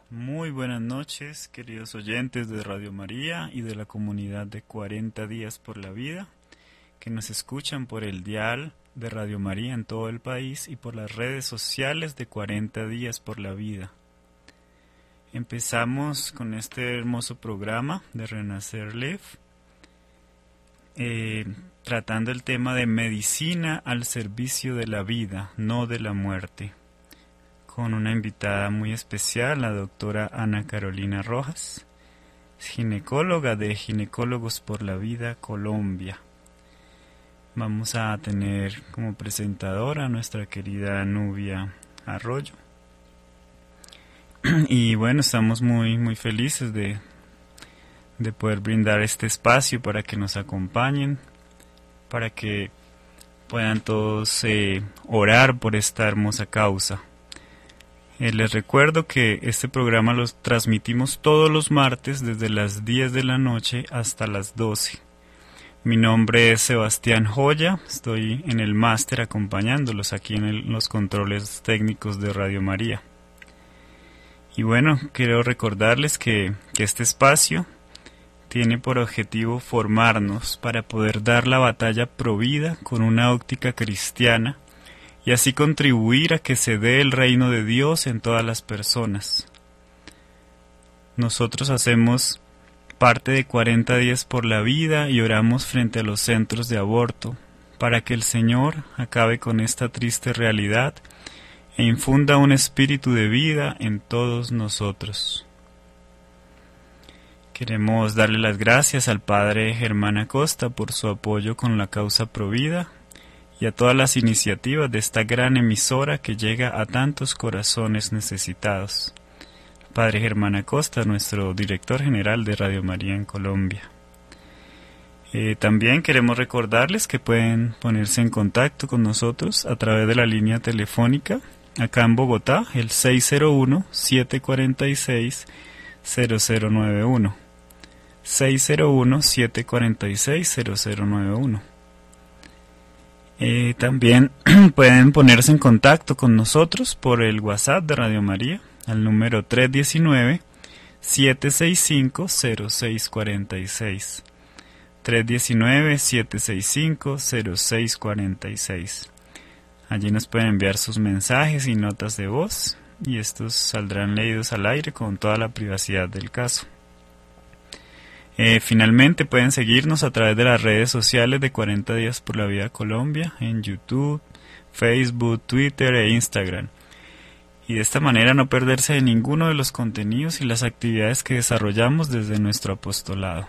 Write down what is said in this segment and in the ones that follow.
Muy buenas noches, queridos oyentes de Radio María y de la comunidad de 40 días por la vida, que nos escuchan por el dial de Radio María en todo el país y por las redes sociales de 40 días por la vida. Empezamos con este hermoso programa de Renacer Live, tratando el tema de medicina al servicio de la vida, no de la muerte, con una invitada muy especial, la doctora Ana Carolina Rojas, ginecóloga de Ginecólogos por la Vida Colombia. Vamos a tener como presentadora a nuestra querida Nubia Arroyo. Y bueno, estamos muy felices de poder brindar este espacio para que nos acompañen, para que puedan todos orar por esta hermosa causa. Les recuerdo que este programa lo transmitimos todos los martes desde las 10 de la noche hasta las 12. Mi nombre es Sebastián Joya, estoy en el máster acompañándolos aquí en los controles técnicos de Radio María. Y bueno, quiero recordarles que este espacio tiene por objetivo formarnos para poder dar la batalla provida con una óptica cristiana y así contribuir a que se dé el reino de Dios en todas las personas. Nosotros hacemos parte de 40 días por la vida y oramos frente a los centros de aborto para que el Señor acabe con esta triste realidad e infunda un espíritu de vida en todos nosotros. Queremos darle las gracias al Padre Germán Acosta por su apoyo con la causa Provida y a todas las iniciativas de esta gran emisora que llega a tantos corazones necesitados. Padre Germán Acosta, nuestro director general de Radio María en Colombia. También queremos recordarles que pueden ponerse en contacto con nosotros a través de la línea telefónica, acá en Bogotá, el 601-746-0091. 601-746-0091. También pueden ponerse en contacto con nosotros por el WhatsApp de Radio María al número 319-765-0646. 319-765-0646. Allí nos pueden enviar sus mensajes y notas de voz y estos saldrán leídos al aire con toda la privacidad del caso. Finalmente pueden seguirnos a través de las redes sociales de 40 días por la vida Colombia en YouTube, Facebook, Twitter e Instagram. Y de esta manera no perderse de ninguno de los contenidos y las actividades que desarrollamos desde nuestro apostolado.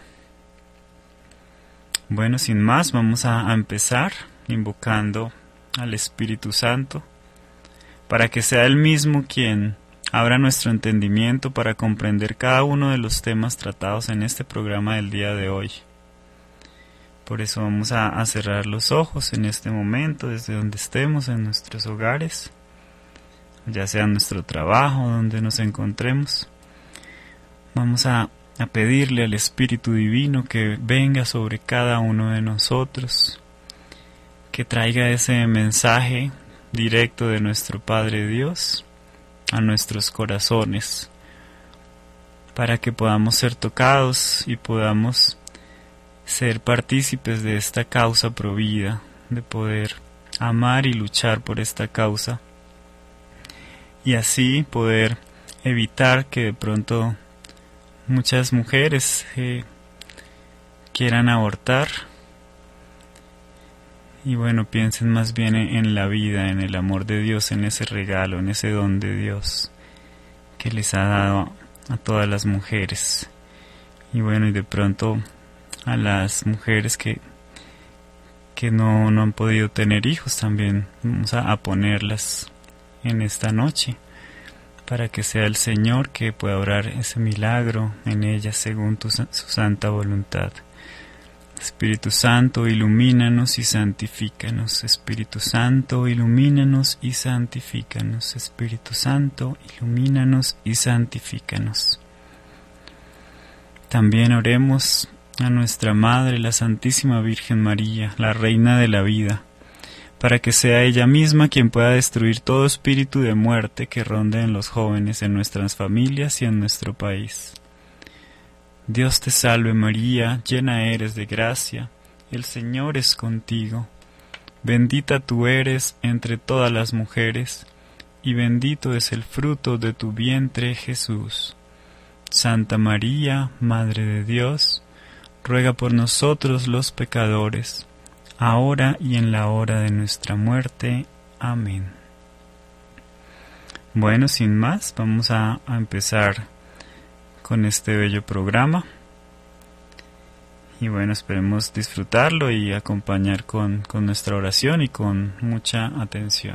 Bueno, sin más, vamos a empezar invocando al Espíritu Santo para que sea Él mismo quien abra nuestro entendimiento para comprender cada uno de los temas tratados en este programa del día de hoy. Por eso vamos a cerrar los ojos en este momento, desde donde estemos, en nuestros hogares, ya sea en nuestro trabajo, donde nos encontremos. Vamos a pedirle al Espíritu Divino que venga sobre cada uno de nosotros, que traiga ese mensaje directo de nuestro Padre Dios a nuestros corazones, para que podamos ser tocados y podamos ser partícipes de esta causa provida, de poder amar y luchar por esta causa, y así poder evitar que de pronto muchas mujeres quieran abortar, y bueno, piensen más bien en la vida, en el amor de Dios, en ese regalo, en ese don de Dios que les ha dado a todas las mujeres. Y bueno, y de pronto a las mujeres que no han podido tener hijos también vamos a ponerlas en esta noche para que sea el Señor que pueda obrar ese milagro en ellas según su santa voluntad. Espíritu Santo, ilumínanos y santifícanos. Espíritu Santo, ilumínanos y santifícanos. Espíritu Santo, ilumínanos y santifícanos. También oremos a nuestra Madre, la Santísima Virgen María, la Reina de la Vida, para que sea ella misma quien pueda destruir todo espíritu de muerte que ronde en los jóvenes, en nuestras familias y en nuestro país. Dios te salve María, llena eres de gracia, el Señor es contigo. Bendita tú eres entre todas las mujeres, y bendito es el fruto de tu vientre Jesús. Santa María, Madre de Dios, ruega por nosotros los pecadores, ahora y en la hora de nuestra muerte. Amén. Bueno, sin más, vamos a empezar con este bello programa. Y bueno, esperemos disfrutarlo y acompañar con nuestra oración y con mucha atención.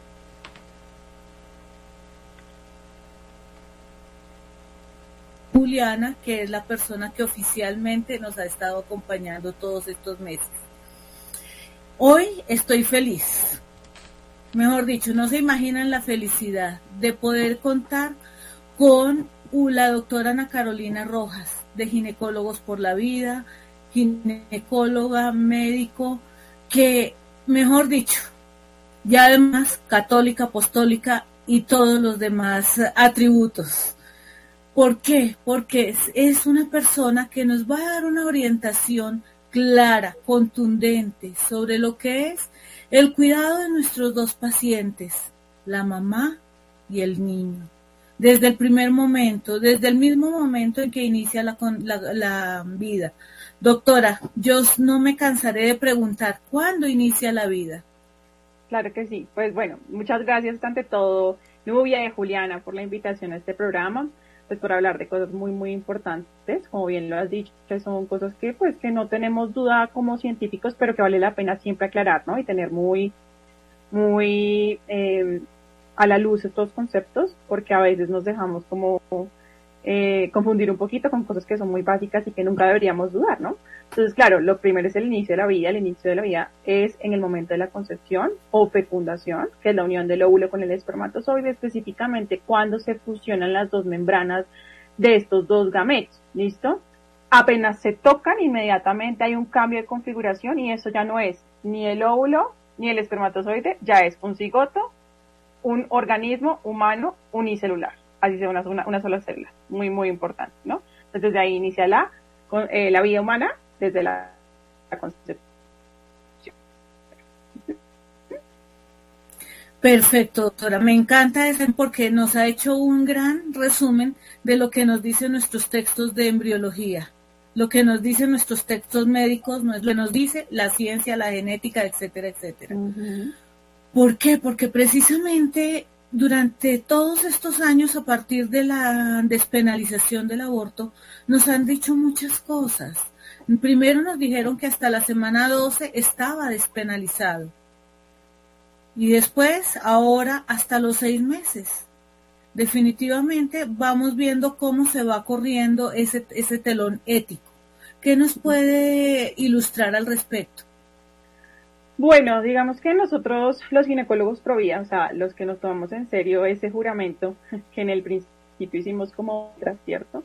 Juliana, que es la persona que oficialmente nos ha estado acompañando todos estos meses. Hoy estoy feliz, mejor dicho, no se imaginan la felicidad de poder contar con la doctora Ana Carolina Rojas, de Ginecólogos por la Vida, ginecóloga, médico, que, mejor dicho, ya además católica, apostólica y todos los demás atributos. ¿Por qué? Porque es una persona que nos va a dar una orientación clara, contundente, sobre lo que es el cuidado de nuestros dos pacientes, la mamá y el niño. Desde el primer momento, desde el mismo momento en que inicia la vida. Doctora, yo no me cansaré de preguntar, ¿cuándo inicia la vida? Claro que sí. Pues bueno, muchas gracias ante todo, Nubia y Juliana, por la invitación a este programa. Pues por hablar de cosas muy, muy importantes, como bien lo has dicho, que son cosas que pues que no tenemos duda como científicos, pero que vale la pena siempre aclarar, ¿no? Y tener muy a la luz estos conceptos, porque a veces nos dejamos como confundir un poquito con cosas que son muy básicas y que nunca deberíamos dudar, ¿no? Entonces, claro, lo primero es el inicio de la vida. El inicio de la vida es en el momento de la concepción o fecundación, que es la unión del óvulo con el espermatozoide, específicamente cuando se fusionan las dos membranas de estos dos gametos, ¿listo? Apenas se tocan, inmediatamente hay un cambio de configuración y eso ya no es ni el óvulo ni el espermatozoide, ya es un cigoto, un organismo humano unicelular, así sea una sola célula, muy, muy importante, ¿no? Entonces, de ahí inicia la vida humana desde la concepción. Perfecto, doctora. Me encanta eso porque nos ha hecho un gran resumen de lo que nos dicen nuestros textos de embriología, lo que nos dicen nuestros textos médicos, lo que nos dice la ciencia, la genética, etcétera, etcétera. Uh-huh. ¿Por qué? Porque precisamente durante todos estos años, a partir de la despenalización del aborto, nos han dicho muchas cosas. Primero nos dijeron que hasta la semana 12 estaba despenalizado. Y después, ahora, hasta los 6 meses. Definitivamente vamos viendo cómo se va corriendo ese telón ético. ¿Qué nos puede ilustrar al respecto? Bueno, digamos que nosotros, los ginecólogos pro vida, o sea, los que nos tomamos en serio ese juramento, que en el principio hicimos como ¿cierto?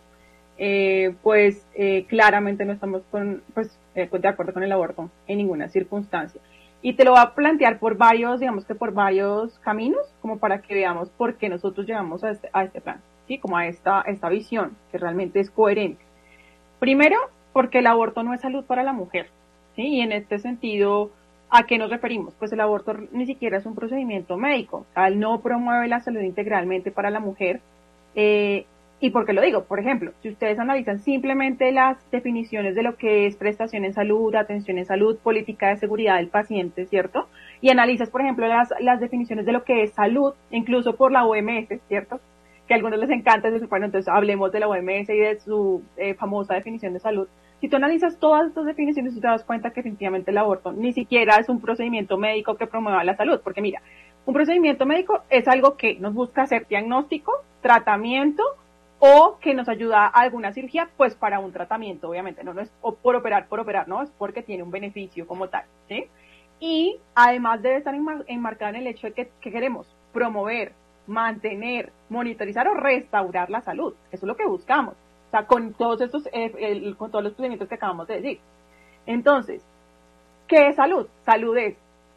Claramente no estamos de acuerdo con el aborto en ninguna circunstancia. Y te lo voy a plantear por varios caminos, como para que veamos por qué nosotros llegamos a este plan, ¿sí? Como a esta visión, que realmente es coherente. Primero, porque el aborto no es salud para la mujer, ¿sí? Y en este sentido, ¿a qué nos referimos? Pues el aborto ni siquiera es un procedimiento médico, o sea, él no promueve la salud integralmente para la mujer. ¿Y por qué lo digo? Por ejemplo, si ustedes analizan simplemente las definiciones de lo que es prestación en salud, atención en salud, política de seguridad del paciente, ¿cierto? Y analizas, por ejemplo, las definiciones de lo que es salud, incluso por la OMS, ¿cierto? Que a algunos les encanta decir, bueno, entonces hablemos de la OMS y de su famosa definición de salud. Si tú analizas todas estas definiciones, tú te das cuenta que definitivamente el aborto ni siquiera es un procedimiento médico que promueva la salud, porque mira, un procedimiento médico es algo que nos busca hacer diagnóstico, tratamiento, o que nos ayuda a alguna cirugía, pues para un tratamiento, obviamente, no es por operar, no, es porque tiene un beneficio como tal, ¿sí? Y además debe estar enmarcada en el hecho de que queremos promover, mantener, monitorizar o restaurar la salud. Eso es lo que buscamos, o sea, con todos estos, con todos los procedimientos que acabamos de decir. Entonces, ¿qué es salud? Salud es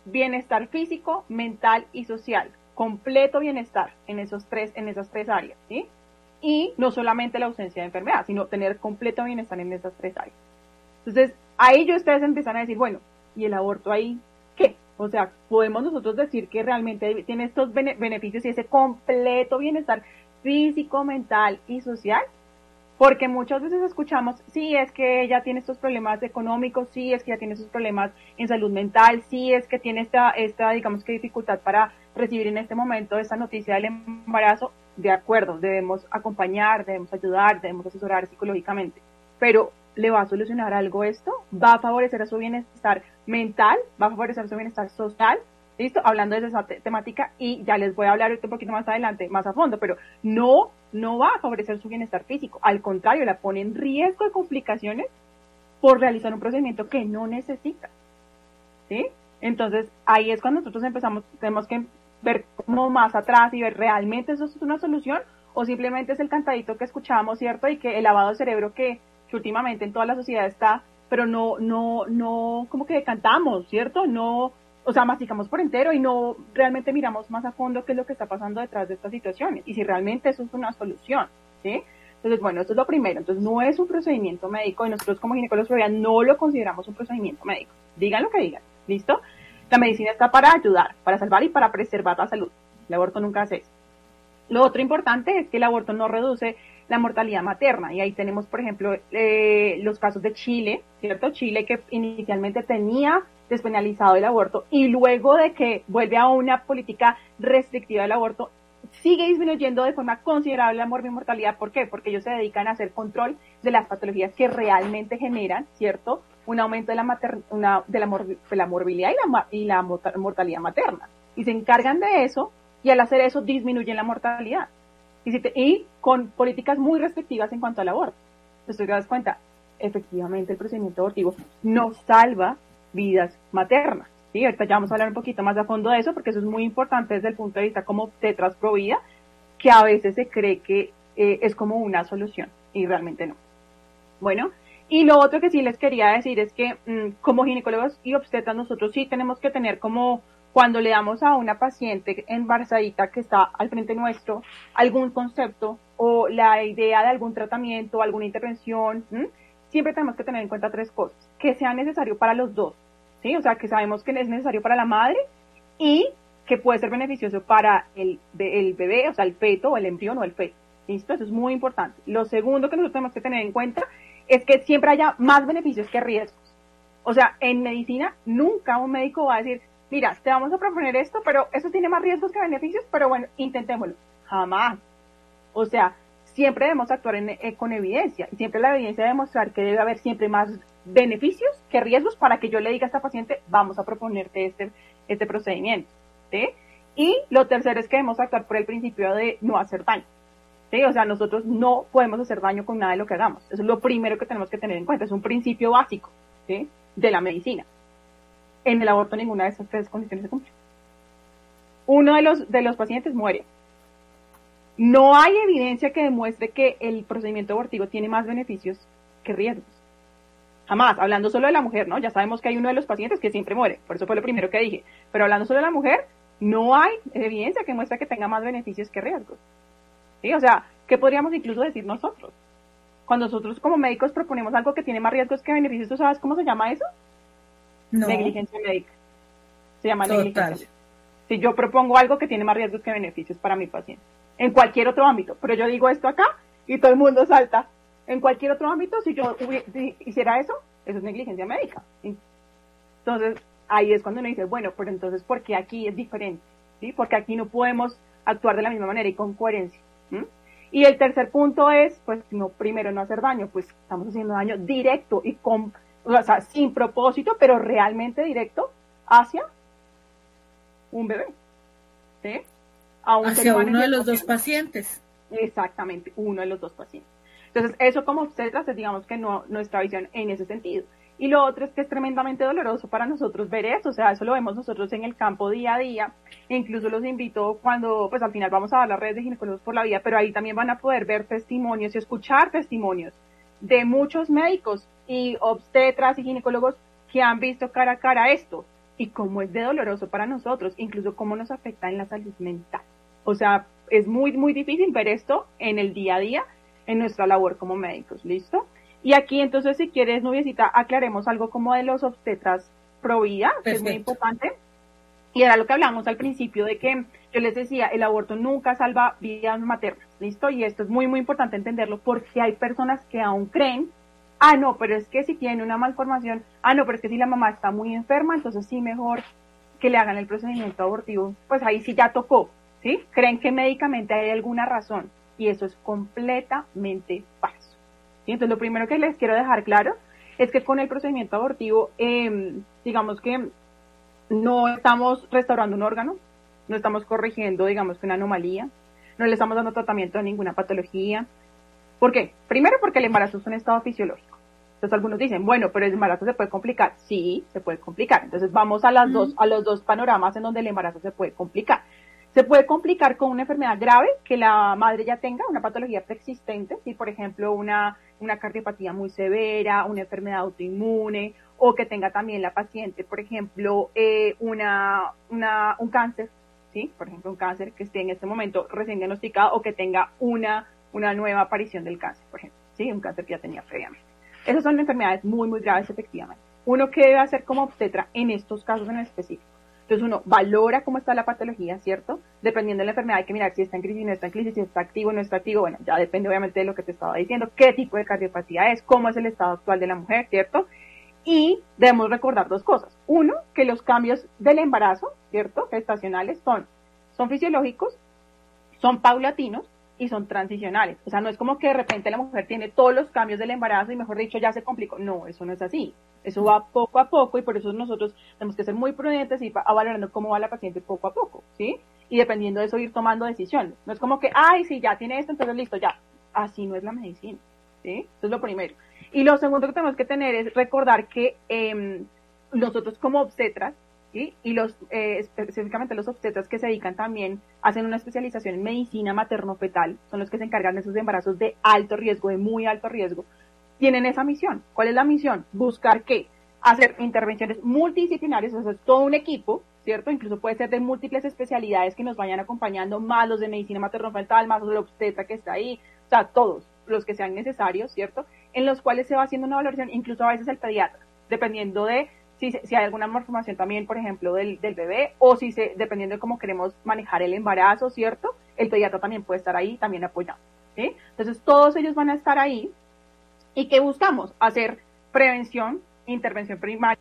bienestar físico, mental y social, completo bienestar en esas tres áreas, ¿sí? Y no solamente la ausencia de enfermedad, sino tener completo bienestar en esas tres áreas. Entonces, ahí ustedes empiezan a decir, bueno, ¿y el aborto ahí qué? O sea, podemos nosotros decir que realmente tiene estos beneficios y ese completo bienestar físico, mental y social, porque muchas veces escuchamos, sí, es que ella tiene estos problemas económicos, sí, es que ella tiene estos problemas en salud mental, sí, es que tiene esta digamos que dificultad para recibir en este momento esta noticia del embarazo. De acuerdo, debemos acompañar, debemos ayudar, debemos asesorar psicológicamente, pero ¿le va a solucionar algo esto? ¿Va a favorecer a su bienestar mental? ¿Va a favorecer a su bienestar social? ¿Listo? Hablando de esa temática, y ya les voy a hablar un poquito más adelante, más a fondo, pero no va a favorecer su bienestar físico. Al contrario, la pone en riesgo de complicaciones por realizar un procedimiento que no necesita. ¿Sí? Entonces, ahí es cuando nosotros tenemos que ver como más atrás y ver realmente eso es una solución o simplemente es el cantadito que escuchamos, ¿cierto? Y que el lavado de cerebro que últimamente en toda la sociedad está, pero no, como que cantamos, ¿cierto? No, o sea, masticamos por entero y no realmente miramos más a fondo qué es lo que está pasando detrás de estas situaciones y si realmente eso es una solución, ¿sí? Entonces, bueno, esto es lo primero. Entonces, no es un procedimiento médico y nosotros como ginecólogos no lo consideramos un procedimiento médico. Digan lo que digan, ¿listo? La medicina está para ayudar, para salvar y para preservar la salud. El aborto nunca hace eso. Lo otro importante es que el aborto no reduce la mortalidad materna. Y ahí tenemos, por ejemplo, los casos de Chile, ¿cierto? Chile que inicialmente tenía despenalizado el aborto y luego de que vuelve a una política restrictiva del aborto, sigue disminuyendo de forma considerable la mortalidad. ¿Por qué? Porque ellos se dedican a hacer control de las patologías que realmente generan, ¿cierto?, un aumento de la morbilidad y la mortalidad materna. Y se encargan de eso, y al hacer eso disminuyen la mortalidad. Y con políticas muy restrictivas en cuanto al aborto. Entonces, te das cuenta, efectivamente el procedimiento abortivo no salva vidas maternas. ¿Sí? Ahorita ya vamos a hablar un poquito más a fondo de eso, porque eso es muy importante desde el punto de vista como tetras pro vida, que a veces se cree que es como una solución, y realmente no. Bueno, y lo otro que sí les quería decir es que como ginecólogos y obstetras nosotros sí tenemos que tener como cuando le damos a una paciente embarazadita que está al frente nuestro algún concepto o la idea de algún tratamiento o alguna intervención, siempre tenemos que tener en cuenta tres cosas, que sea necesario para los dos, ¿sí? O sea, que sabemos que es necesario para la madre y que puede ser beneficioso para el bebé, o sea, el feto o el embrión o el feto. ¿Listo? Eso es muy importante. Lo segundo que nosotros tenemos que tener en cuenta es que siempre haya más beneficios que riesgos. O sea, en medicina nunca un médico va a decir, mira, te vamos a proponer esto, pero eso tiene más riesgos que beneficios, pero bueno, intentémoslo. Jamás. O sea, siempre debemos actuar con evidencia y siempre la evidencia debe demostrar que debe haber siempre más beneficios que riesgos para que yo le diga a esta paciente, vamos a proponerte este procedimiento. ¿Sí? Y lo tercero es que debemos actuar por el principio de no hacer daño. ¿Sí? O sea, nosotros no podemos hacer daño con nada de lo que hagamos. Eso es lo primero que tenemos que tener en cuenta. Es un principio básico, ¿sí?, de la medicina. En el aborto ninguna de esas tres condiciones se cumple. Uno de los pacientes muere. No hay evidencia que demuestre que el procedimiento abortivo tiene más beneficios que riesgos. Jamás, hablando solo de la mujer, ¿no? Ya sabemos que hay uno de los pacientes que siempre muere, por eso fue lo primero que dije. Pero hablando solo de la mujer, no hay evidencia que muestre que tenga más beneficios que riesgos. ¿Sí? O sea, ¿qué podríamos incluso decir nosotros? Cuando nosotros como médicos proponemos algo que tiene más riesgos que beneficios, ¿tú sabes cómo se llama eso? No. Negligencia médica. Se llama Total. negligencia. Si yo propongo algo que tiene más riesgos que beneficios para mi paciente, en cualquier otro ámbito, pero yo digo esto acá y todo el mundo salta. En cualquier otro ámbito, si yo hiciera eso es negligencia médica. Entonces, ahí es cuando uno dice, bueno, pero entonces, ¿por qué aquí es diferente? ¿Sí? Porque aquí no podemos actuar de la misma manera y con coherencia. Y el tercer punto es, pues, no, primero no hacer daño, pues estamos haciendo daño directo y o sea, sin propósito, pero realmente directo hacia un bebé, ¿sí? Hacia uno de los dos pacientes. Exactamente, uno de los dos pacientes. Entonces, eso como obstetras es, digamos que no, nuestra visión en ese sentido. Y lo otro es que es tremendamente doloroso para nosotros ver eso, o sea, eso lo vemos nosotros en el campo día a día, e incluso los invito cuando, pues al final vamos a dar las redes de Ginecólogos por la Vida, pero ahí también van a poder ver testimonios y escuchar testimonios de muchos médicos y obstetras y ginecólogos que han visto cara a cara esto, y cómo es de doloroso para nosotros, incluso cómo nos afecta en la salud mental. O sea, es muy, muy difícil ver esto en el día a día, en nuestra labor como médicos, ¿listo? Y aquí entonces, si quieres, Nubiecita, aclaremos algo como de los obstetras pro vida, que es muy importante. Y era lo que hablamos al principio de que yo les decía, el aborto nunca salva vidas maternas, ¿listo? Y esto es muy, muy importante entenderlo porque hay personas que aún creen, no, pero es que si tiene una malformación, no, pero es que si la mamá está muy enferma, entonces sí, mejor que le hagan el procedimiento abortivo, pues ahí sí ya tocó, ¿sí? Creen que médicamente hay alguna razón y eso es completamente falso, ¿sí? Entonces lo primero que les quiero dejar claro es que con el procedimiento abortivo, digamos que no estamos restaurando un órgano, no estamos corrigiendo, digamos que una anomalía, no le estamos dando tratamiento a ninguna patología. ¿Por qué? Primero porque el embarazo es un estado fisiológico. Entonces algunos dicen, bueno, pero el embarazo se puede complicar. Sí, se puede complicar. Entonces vamos a los dos panoramas en donde el embarazo se puede complicar. Se puede complicar con una enfermedad grave que la madre ya tenga, una patología preexistente, ¿sí? Por ejemplo, una cardiopatía muy severa, una enfermedad autoinmune, o que tenga también la paciente, por ejemplo, un cáncer, ¿sí? Por ejemplo, un cáncer que esté en este momento recién diagnosticado o que tenga una nueva aparición del cáncer, por ejemplo, ¿sí? Un cáncer que ya tenía previamente. Esas son enfermedades muy, muy graves, efectivamente. Uno que debe hacer como obstetra en estos casos en específico. Entonces uno valora cómo está la patología, ¿cierto? Dependiendo de la enfermedad hay que mirar si está en crisis, no está en crisis, si está activo, no está activo. Bueno, ya depende obviamente de lo que te estaba diciendo, qué tipo de cardiopatía es, cómo es el estado actual de la mujer, ¿cierto? Y debemos recordar dos cosas. Uno, que los cambios del embarazo, ¿cierto? Gestacionales son fisiológicos, son paulatinos y son transicionales. O sea, no es como que de repente la mujer tiene todos los cambios del embarazo y mejor dicho ya se complicó. No, eso no es así. Eso va poco a poco y por eso nosotros tenemos que ser muy prudentes y valorando cómo va la paciente poco a poco, ¿sí? Y dependiendo de eso ir tomando decisiones. No es como que, sí, ya tiene esto, entonces listo, ya. Así no es la medicina, ¿sí? Eso es lo primero. Y lo segundo que tenemos que tener es recordar que nosotros como obstetras, ¿sí? Y específicamente los obstetras que se dedican también, hacen una especialización en medicina materno-fetal, son los que se encargan de esos embarazos de alto riesgo, de muy alto riesgo, tienen esa misión. ¿Cuál es la misión? Buscar ¿qué? Hacer intervenciones multidisciplinarias, o sea, todo un equipo, ¿cierto? Incluso puede ser de múltiples especialidades que nos vayan acompañando, más los de medicina materno-fetal, más los de obstetra que está ahí, o sea, todos los que sean necesarios, ¿cierto? En los cuales se va haciendo una valoración, incluso a veces el pediatra, dependiendo de si hay alguna malformación también, por ejemplo, del bebé, o dependiendo de cómo queremos manejar el embarazo, ¿cierto? El pediatra también puede estar ahí, también apoyando, ¿sí? Entonces, todos ellos van a estar ahí. ¿Y qué buscamos? Hacer prevención, intervención primaria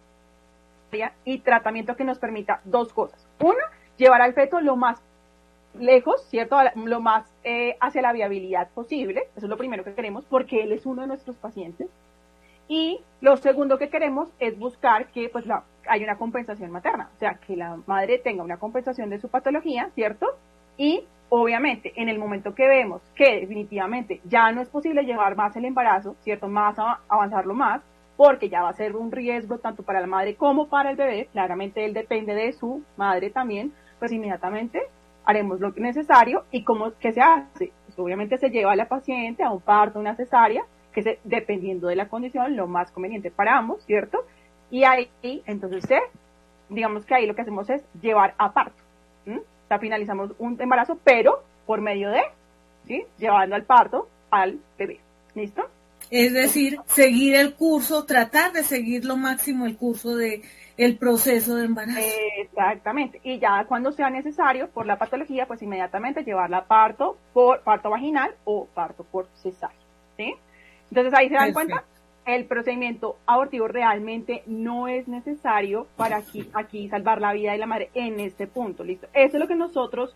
y tratamiento que nos permita dos cosas. Una, llevar al feto lo más lejos, ¿cierto? Lo más hacia la viabilidad posible. Eso es lo primero que queremos porque él es uno de nuestros pacientes. Y lo segundo que queremos es buscar que pues haya una compensación materna, o sea, que la madre tenga una compensación de su patología, ¿cierto? Y obviamente en el momento que vemos que definitivamente ya no es posible llevar más el embarazo, ¿cierto? Más avanzarlo más, porque ya va a ser un riesgo tanto para la madre como para el bebé, claramente él depende de su madre también, pues inmediatamente haremos lo necesario. ¿Y qué se hace? Pues obviamente se lleva a la paciente a un parto, una cesárea, que dependiendo de la condición, lo más conveniente para ambos, ¿cierto? Y ahí, entonces, digamos que ahí lo que hacemos es llevar a parto, ¿sí? O sea, finalizamos un embarazo, pero por medio de, ¿sí? Llevando al parto al bebé, ¿listo? Es decir, seguir el curso, tratar de seguir lo máximo el curso de el proceso de embarazo. Exactamente, y ya cuando sea necesario por la patología, pues inmediatamente llevarla a parto por parto vaginal o parto por cesárea, ¿sí? Entonces ahí se dan cuenta, el procedimiento abortivo realmente no es necesario para aquí salvar la vida de la madre en este punto, ¿listo? Eso es lo que nosotros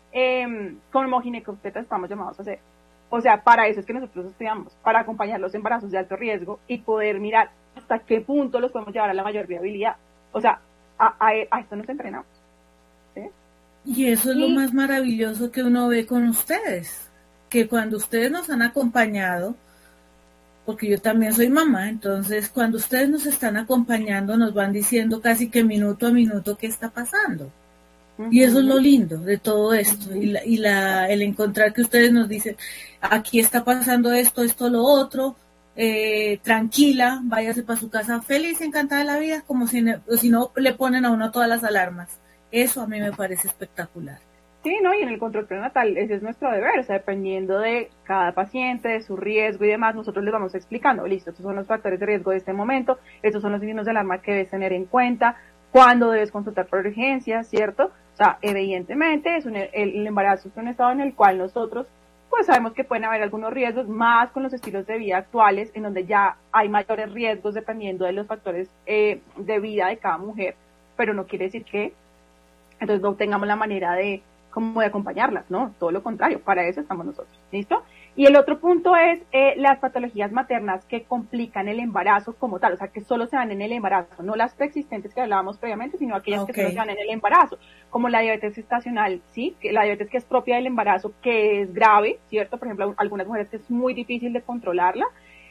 como ginecobstetras estamos llamados a hacer. O sea, para eso es que nosotros estudiamos, para acompañar los embarazos de alto riesgo y poder mirar hasta qué punto los podemos llevar a la mayor viabilidad. O sea, a esto nos entrenamos, ¿sí? Y eso es lo más maravilloso que uno ve con ustedes, que cuando ustedes nos han acompañado, porque yo también soy mamá, entonces cuando ustedes nos están acompañando nos van diciendo casi que minuto a minuto qué está pasando. Uh-huh. Y eso es lo lindo de todo esto, uh-huh. el encontrar que ustedes nos dicen, aquí está pasando esto, lo otro, tranquila, váyase para su casa feliz, encantada de la vida, como si no le ponen a uno todas las alarmas. Eso a mí me parece espectacular. Sí, ¿no? Y en el control prenatal ese es nuestro deber, o sea, dependiendo de cada paciente, de su riesgo y demás, nosotros les vamos explicando, listo, estos son los factores de riesgo de este momento, estos son los signos de alarma que debes tener en cuenta, cuándo debes consultar por urgencia, ¿cierto? O sea, evidentemente el embarazo es un estado en el cual nosotros pues sabemos que pueden haber algunos riesgos, más con los estilos de vida actuales, en donde ya hay mayores riesgos dependiendo de los factores de vida de cada mujer, pero no quiere decir que entonces no tengamos la manera de acompañarlas, ¿no? Todo lo contrario, para eso estamos nosotros, ¿listo? Y el otro punto es las patologías maternas que complican el embarazo como tal, o sea, que solo se dan en el embarazo, no las preexistentes que hablábamos previamente, sino aquellas que solo se dan en el embarazo, como la diabetes gestacional, ¿sí? La diabetes que es propia del embarazo, que es grave, ¿cierto? Por ejemplo, algunas mujeres que es muy difícil de controlarla,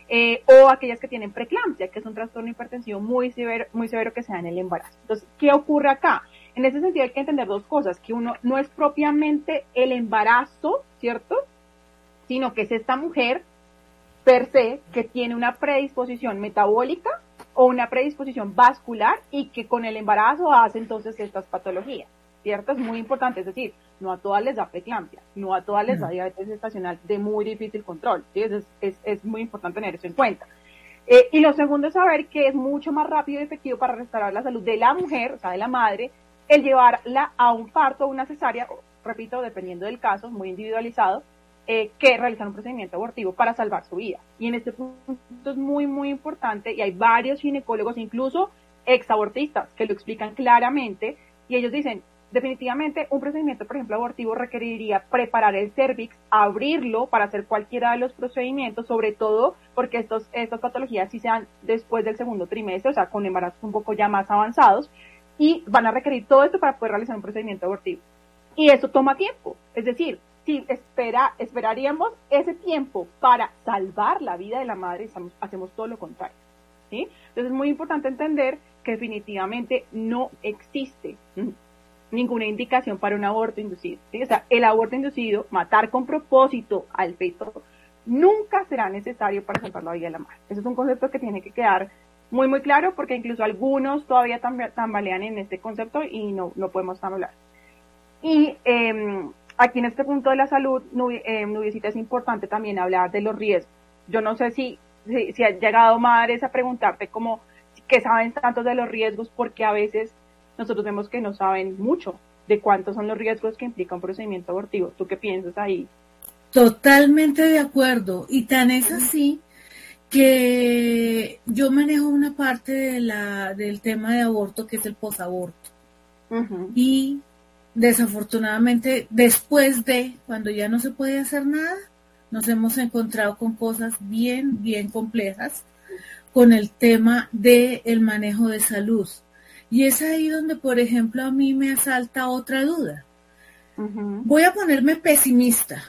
o aquellas que tienen preeclampsia, que es un trastorno hipertensivo muy severo que se da en el embarazo. Entonces, ¿qué ocurre acá? En ese sentido hay que entender dos cosas, que uno no es propiamente el embarazo, ¿cierto? Sino que es esta mujer per se que tiene una predisposición metabólica o una predisposición vascular y que con el embarazo hace entonces estas patologías, ¿cierto? Es muy importante, es decir, no a todas les da preeclampsia, no a todas les da diabetes gestacional de muy difícil control, ¿sí? Es muy importante tener eso en cuenta. Y lo segundo es saber que es mucho más rápido y efectivo para restaurar la salud de la mujer, o sea, de la madre, el llevarla a un parto o una cesárea, repito, dependiendo del caso, muy individualizado, que realizar un procedimiento abortivo para salvar su vida. Y en este punto es muy, muy importante, y hay varios ginecólogos, incluso exabortistas, que lo explican claramente, y ellos dicen, definitivamente un procedimiento, por ejemplo, abortivo requeriría preparar el cervix, abrirlo para hacer cualquiera de los procedimientos, sobre todo porque estas patologías sí se dan después del segundo trimestre, o sea, con embarazos un poco ya más avanzados, y van a requerir todo esto para poder realizar un procedimiento abortivo. Y eso toma tiempo, es decir, si esperaríamos ese tiempo para salvar la vida de la madre, hacemos todo lo contrario, ¿sí? Entonces es muy importante entender que definitivamente no existe ninguna indicación para un aborto inducido, ¿sí? O sea, el aborto inducido, matar con propósito al feto, nunca será necesario para salvar la vida de la madre. Eso es un concepto que tiene que quedar muy, muy claro, porque incluso algunos todavía tambalean en este concepto y no podemos hablar. Y aquí en este punto de la salud, Nubiecita, es importante también hablar de los riesgos. Yo no sé si han llegado madres a preguntarte como que saben tanto de los riesgos, porque a veces nosotros vemos que no saben mucho de cuántos son los riesgos que implica un procedimiento abortivo. ¿Tú qué piensas ahí? Totalmente de acuerdo. Y tan es así que yo manejo una parte del tema de aborto que es el posaborto. Y desafortunadamente, después de cuando ya no se puede hacer nada, nos hemos encontrado con cosas bien, bien complejas con el tema del manejo de salud. Y es ahí donde, por ejemplo, a mí me asalta otra duda. Voy a ponerme pesimista.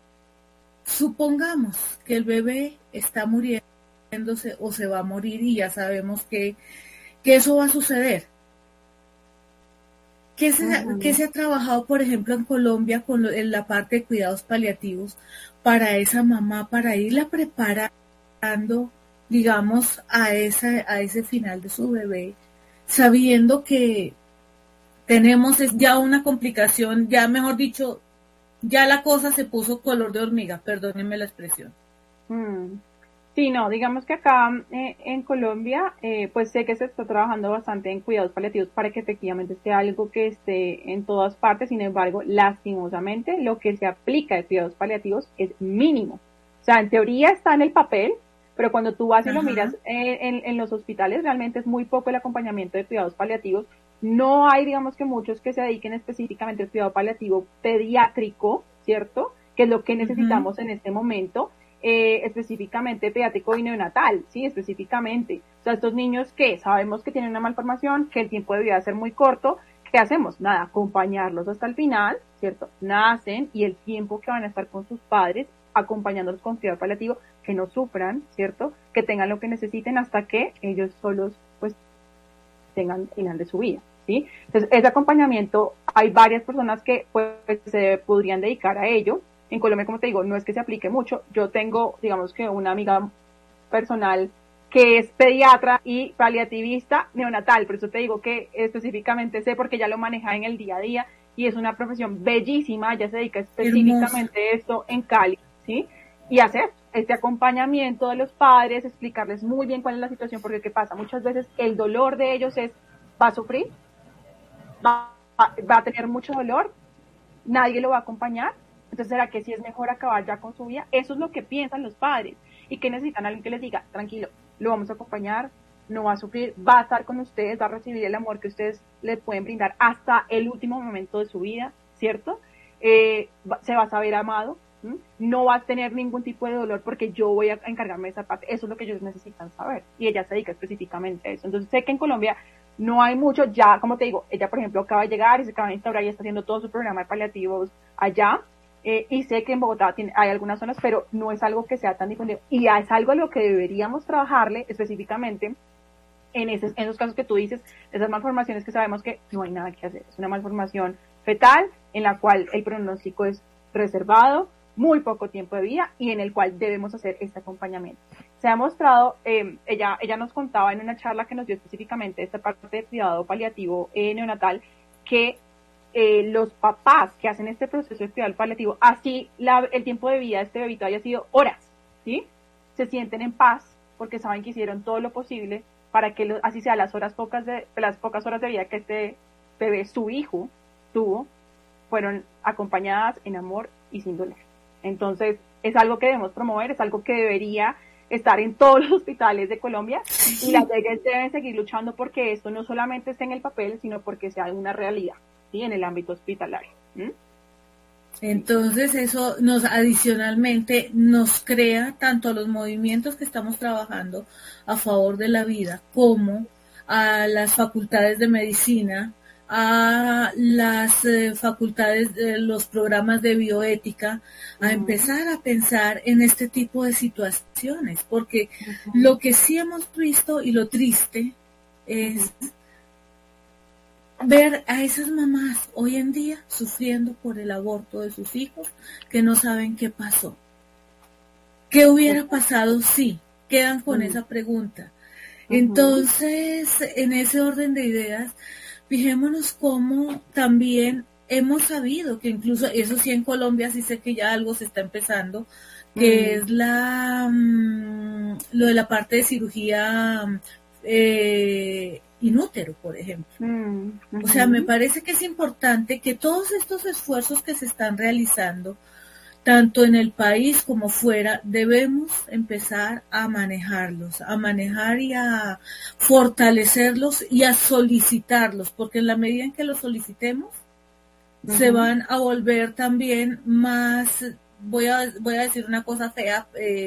Supongamos que el bebé está muriéndose o se va a morir y ya sabemos que eso va a suceder. ¿Qué se ha trabajado, por ejemplo, en Colombia en la parte de cuidados paliativos para esa mamá, para irla preparando, digamos, a ese final de su bebé, sabiendo que tenemos ya una complicación, ya mejor dicho, ya la cosa se puso color de hormiga, perdónenme la expresión? Sí, no, digamos que acá en Colombia, pues sé que se está trabajando bastante en cuidados paliativos para que efectivamente sea algo que esté en todas partes. Sin embargo, lastimosamente, lo que se aplica de cuidados paliativos es mínimo. O sea, en teoría está en el papel, pero cuando tú vas y lo miras en los hospitales, realmente es muy poco el acompañamiento de cuidados paliativos. No hay, digamos, que muchos que se dediquen específicamente al cuidado paliativo pediátrico, ¿cierto? Que es lo que necesitamos en este momento. Específicamente pediátrico y neonatal, sí, específicamente. O sea, estos niños que sabemos que tienen una malformación, que el tiempo de vida va a ser muy corto, ¿qué hacemos? Nada, acompañarlos hasta el final, ¿cierto? Nacen y el tiempo que van a estar con sus padres, acompañándolos con cuidado paliativo, que no sufran, ¿cierto? Que tengan lo que necesiten hasta que ellos solos, pues, tengan el final de su vida, ¿sí? Entonces, ese acompañamiento, hay varias personas que, pues, se podrían dedicar a ello. En Colombia, como te digo, no es que se aplique mucho. Yo tengo, digamos que una amiga personal que es pediatra y paliativista neonatal, por eso te digo que específicamente sé porque ya lo maneja en el día a día y es una profesión bellísima, ella se dedica específicamente a esto en Cali, ¿sí? Y hacer este acompañamiento de los padres, explicarles muy bien cuál es la situación, porque ¿qué pasa? Muchas veces el dolor de ellos va a sufrir, va a tener mucho dolor, nadie lo va a acompañar, entonces ¿será que sí es mejor acabar ya con su vida? Eso es lo que piensan los padres, y que necesitan alguien que les diga, tranquilo, lo vamos a acompañar, no va a sufrir, va a estar con ustedes, va a recibir el amor que ustedes le pueden brindar hasta el último momento de su vida, ¿cierto? Se va a saber amado, ¿sí? No va a tener ningún tipo de dolor porque yo voy a encargarme de esa parte, eso es lo que ellos necesitan saber, y ella se dedica específicamente a eso. Entonces sé que en Colombia no hay mucho, ya como te digo, ella por ejemplo acaba de llegar y se acaba de instaurar y está haciendo todo su programa de paliativos allá, y sé que en Bogotá hay algunas zonas, pero no es algo que sea tan difundido, y es algo a lo que deberíamos trabajarle específicamente en esos casos que tú dices, esas malformaciones que sabemos que no hay nada que hacer, es una malformación fetal en la cual el pronóstico es reservado, muy poco tiempo de vida y en el cual debemos hacer este acompañamiento. Se ha mostrado, ella nos contaba en una charla que nos dio específicamente esta parte de cuidado paliativo neonatal, que los papás que hacen este proceso de cuidado paliativo, así el tiempo de vida de este bebito haya sido horas, ¿sí? Se sienten en paz porque saben que hicieron todo lo posible para que así sea las pocas horas de vida que este bebé, su hijo, tuvo, fueron acompañadas en amor y sin dolor. Entonces, es algo que debemos promover, es algo que debería estar en todos los hospitales de Colombia, y las leyes deben seguir luchando porque esto no solamente esté en el papel, sino porque sea una realidad, ¿sí? En el ámbito hospitalario. Entonces eso adicionalmente nos crea tanto a los movimientos que estamos trabajando a favor de la vida como a las facultades de medicina, a las facultades de los programas de bioética, a empezar a pensar en este tipo de situaciones, porque lo que sí hemos visto y lo triste es ver a esas mamás hoy en día sufriendo por el aborto de sus hijos que no saben qué pasó. ¿Qué hubiera pasado si? Quedan con esa pregunta. Entonces, en ese orden de ideas, fijémonos cómo también hemos sabido que incluso, eso sí en Colombia sí sé que ya algo se está empezando, que es lo de la parte de cirugía inútero, por ejemplo. O sea, me parece que es importante que todos estos esfuerzos que se están realizando, tanto en el país como fuera, debemos empezar a manejarlos, a manejar y a fortalecerlos y a solicitarlos, porque en la medida en que los solicitemos, se van a volver también más, voy a decir una cosa fea,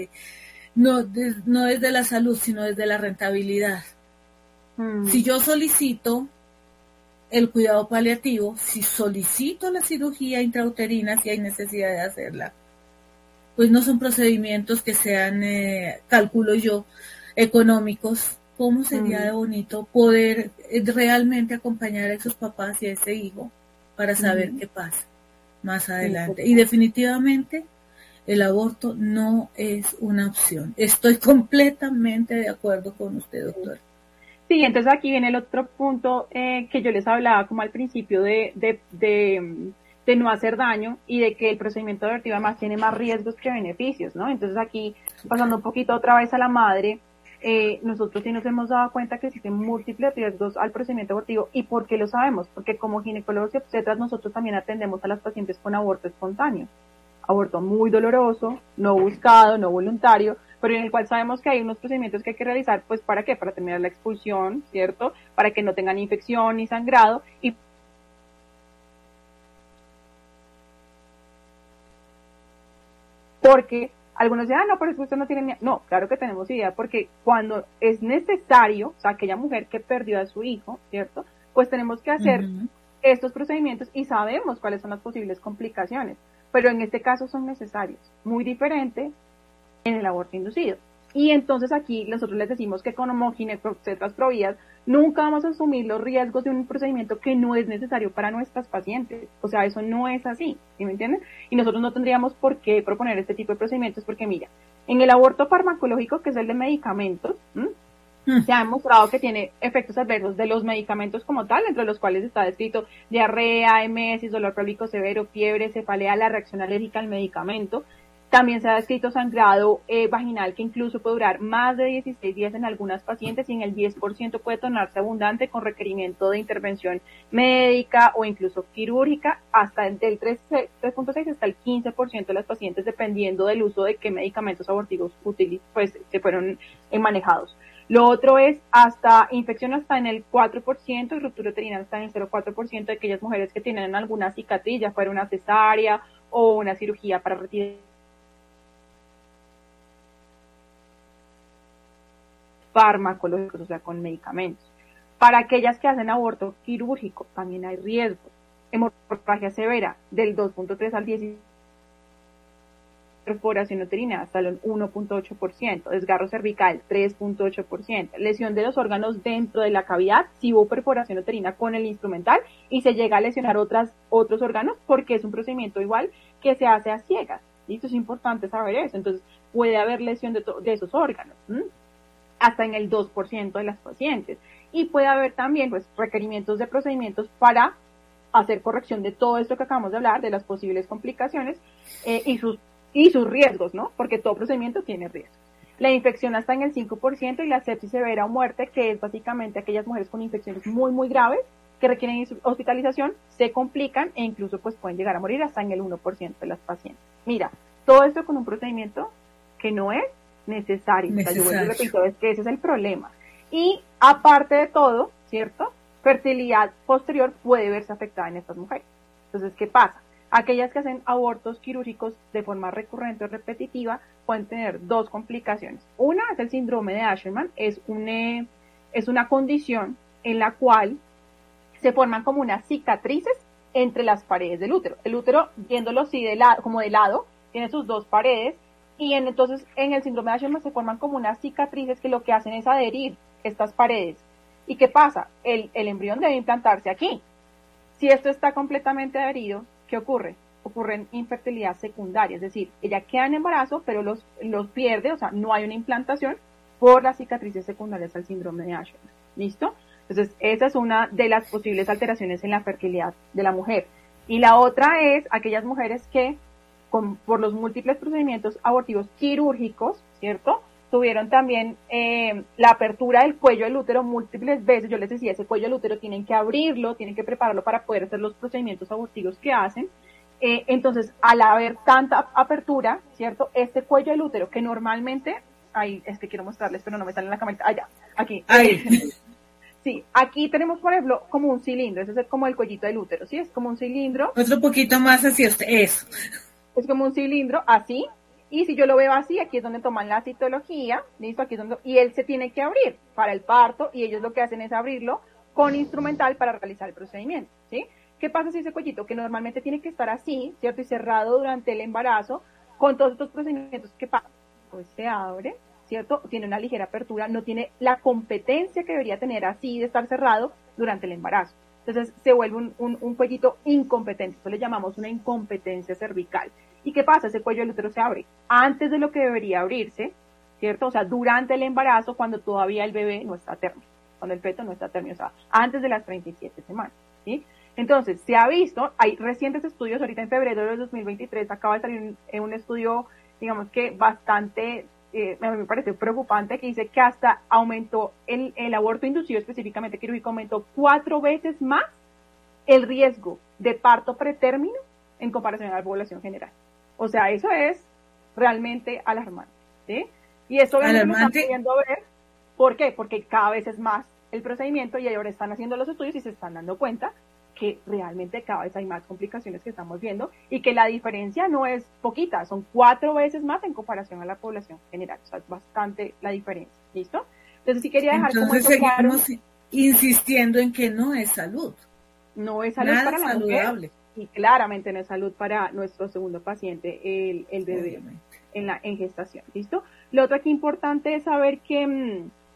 no desde la salud, sino desde la rentabilidad. Si yo solicito el cuidado paliativo, si solicito la cirugía intrauterina, si hay necesidad de hacerla, pues no son procedimientos que sean, calculo yo, económicos. ¿Cómo sería de bonito poder realmente acompañar a esos papás y a ese hijo para saber qué pasa más adelante? Y definitivamente el aborto no es una opción. Estoy completamente de acuerdo con usted, doctora. Sí, entonces aquí viene el otro punto que yo les hablaba como al principio de no hacer daño y de que el procedimiento abortivo además tiene más riesgos que beneficios, ¿no? Entonces aquí, pasando un poquito otra vez a la madre, nosotros sí nos hemos dado cuenta que existen múltiples riesgos al procedimiento abortivo. ¿Y por qué lo sabemos? Porque como ginecólogos y obstetras nosotros también atendemos a las pacientes con aborto espontáneo. Aborto muy doloroso, no buscado, no voluntario, pero en el cual sabemos que hay unos procedimientos que hay que realizar, pues ¿para qué? Para terminar la expulsión, ¿cierto? Para que no tengan infección ni sangrado y porque algunos dicen, no, pero es que usted no tiene ni... No, claro que tenemos idea, porque cuando es necesario, o sea, aquella mujer que perdió a su hijo, ¿cierto? Pues tenemos que hacer estos procedimientos y sabemos cuáles son las posibles complicaciones, pero en este caso son necesarios, muy diferente en el aborto inducido. Y entonces aquí nosotros les decimos que como ginecobstetras providas nunca vamos a asumir los riesgos de un procedimiento que no es necesario para nuestras pacientes. O sea, eso no es así, ¿sí me entienden? Y nosotros no tendríamos por qué proponer este tipo de procedimientos porque, mira, en el aborto farmacológico, que es el de medicamentos, se ha demostrado que tiene efectos adversos de los medicamentos como tal, entre los cuales está descrito diarrea, emesis, dolor pélvico severo, fiebre, cefalea, la reacción alérgica al medicamento. También se ha descrito sangrado vaginal que incluso puede durar más de 16 días en algunas pacientes y en el 10% puede tornarse abundante con requerimiento de intervención médica o incluso quirúrgica, hasta del 3.6 hasta el 15% de las pacientes, dependiendo del uso de qué medicamentos abortivos pues se fueron manejados. Lo otro es hasta infección hasta en el 4% y ruptura uterina hasta en el 0.4% de aquellas mujeres que tienen alguna cicatriz, ya fuera una cesárea o una cirugía para retirar farmacológicos, o sea, con medicamentos. Para aquellas que hacen aborto quirúrgico también hay riesgos. Hemorragia severa del 2.3 al 10%, perforación uterina hasta el 1.8%, desgarro cervical 3.8%, lesión de los órganos dentro de la cavidad si hubo perforación uterina con el instrumental y se llega a lesionar otros órganos porque es un procedimiento igual que se hace a ciegas. ¿Listo? Es importante saber eso. Entonces puede haber lesión de esos órganos, hasta en el 2% de las pacientes. Y puede haber también pues requerimientos de procedimientos para hacer corrección de todo esto que acabamos de hablar, de las posibles complicaciones y sus riesgos, ¿no? Porque todo procedimiento tiene riesgos. La infección hasta en el 5% y la sepsis severa o muerte, que es básicamente aquellas mujeres con infecciones muy, muy graves que requieren hospitalización, se complican e incluso pues pueden llegar a morir hasta en el 1% de las pacientes. Mira, todo esto con un procedimiento que no es necesario. O sea, yo vuelvo y repito, es que ese es el problema. Y aparte de todo, ¿cierto? Fertilidad posterior puede verse afectada en estas mujeres. Entonces, ¿qué pasa? Aquellas que hacen abortos quirúrgicos de forma recurrente o repetitiva pueden tener dos complicaciones. Una es el síndrome de Asherman, es una condición en la cual se forman como unas cicatrices entre las paredes del útero. El útero, viéndolo así como de lado, tiene sus dos paredes y entonces en el síndrome de Asherman se forman como unas cicatrices que lo que hacen es adherir estas paredes. ¿Y qué pasa? El embrión debe implantarse aquí. Si esto está completamente adherido, ¿qué ocurre? Ocurren infertilidad secundaria, es decir, ella queda en embarazo, pero los pierde, o sea, no hay una implantación por las cicatrices secundarias al síndrome de Asherman. ¿Listo? Entonces, esa es una de las posibles alteraciones en la fertilidad de la mujer. Y la otra es aquellas mujeres que, por los múltiples procedimientos abortivos quirúrgicos, ¿cierto?, tuvieron también la apertura del cuello del útero múltiples veces. Yo les decía, ese cuello del útero tienen que abrirlo, tienen que prepararlo para poder hacer los procedimientos abortivos que hacen. Entonces, al haber tanta apertura, ¿cierto?, este cuello del útero, que normalmente, ahí es que quiero mostrarles, pero no me sale en la cámara, allá, aquí. Ahí. Sí, aquí tenemos, por ejemplo, como un cilindro, ese es como el cuellito del útero, ¿sí? Es como un cilindro. Otro poquito más hacia eso. Es como un cilindro, así. Y si yo lo veo así, aquí es donde toman la citología, ¿listo? Aquí es donde, y él se tiene que abrir para el parto, y ellos lo que hacen es abrirlo con instrumental para realizar el procedimiento, ¿sí? ¿Qué pasa si ese cuellito, que normalmente tiene que estar así, ¿cierto? Y cerrado durante el embarazo, con todos estos procedimientos, ¿qué pasa? Pues se abre, ¿cierto? Tiene una ligera apertura, no tiene la competencia que debería tener así de estar cerrado durante el embarazo. Entonces se vuelve un cuellito incompetente, eso le llamamos una incompetencia cervical. ¿Y qué pasa? Ese cuello del útero se abre antes de lo que debería abrirse, ¿cierto? O sea, durante el embarazo, cuando todavía el bebé no está término, cuando el feto no está término, o sea, antes de las 37 semanas, ¿sí? Entonces, se ha visto, hay recientes estudios, ahorita en febrero de 2023 acaba de salir un estudio, digamos que bastante, me parece preocupante, que dice que hasta aumentó el aborto inducido, específicamente quirúrgico, aumentó 4 veces más el riesgo de parto pretérmino en comparación a la población general. O sea, eso es realmente alarmante, ¿sí? Y esto obviamente lo están pudiendo ver. ¿Por qué? Porque cada vez es más el procedimiento y ahora están haciendo los estudios y se están dando cuenta que realmente cada vez hay más complicaciones que estamos viendo y que la diferencia no es poquita, son 4 veces más en comparación a la población general. O sea, es bastante la diferencia. ¿Listo? Entonces sí quería dejar como eso claro. Insistiendo en que no es salud. No es salud para la saludable. Mujer. Y claramente no es salud para nuestro segundo paciente, el bebé en gestación, ¿listo? Lo otro aquí importante es saber que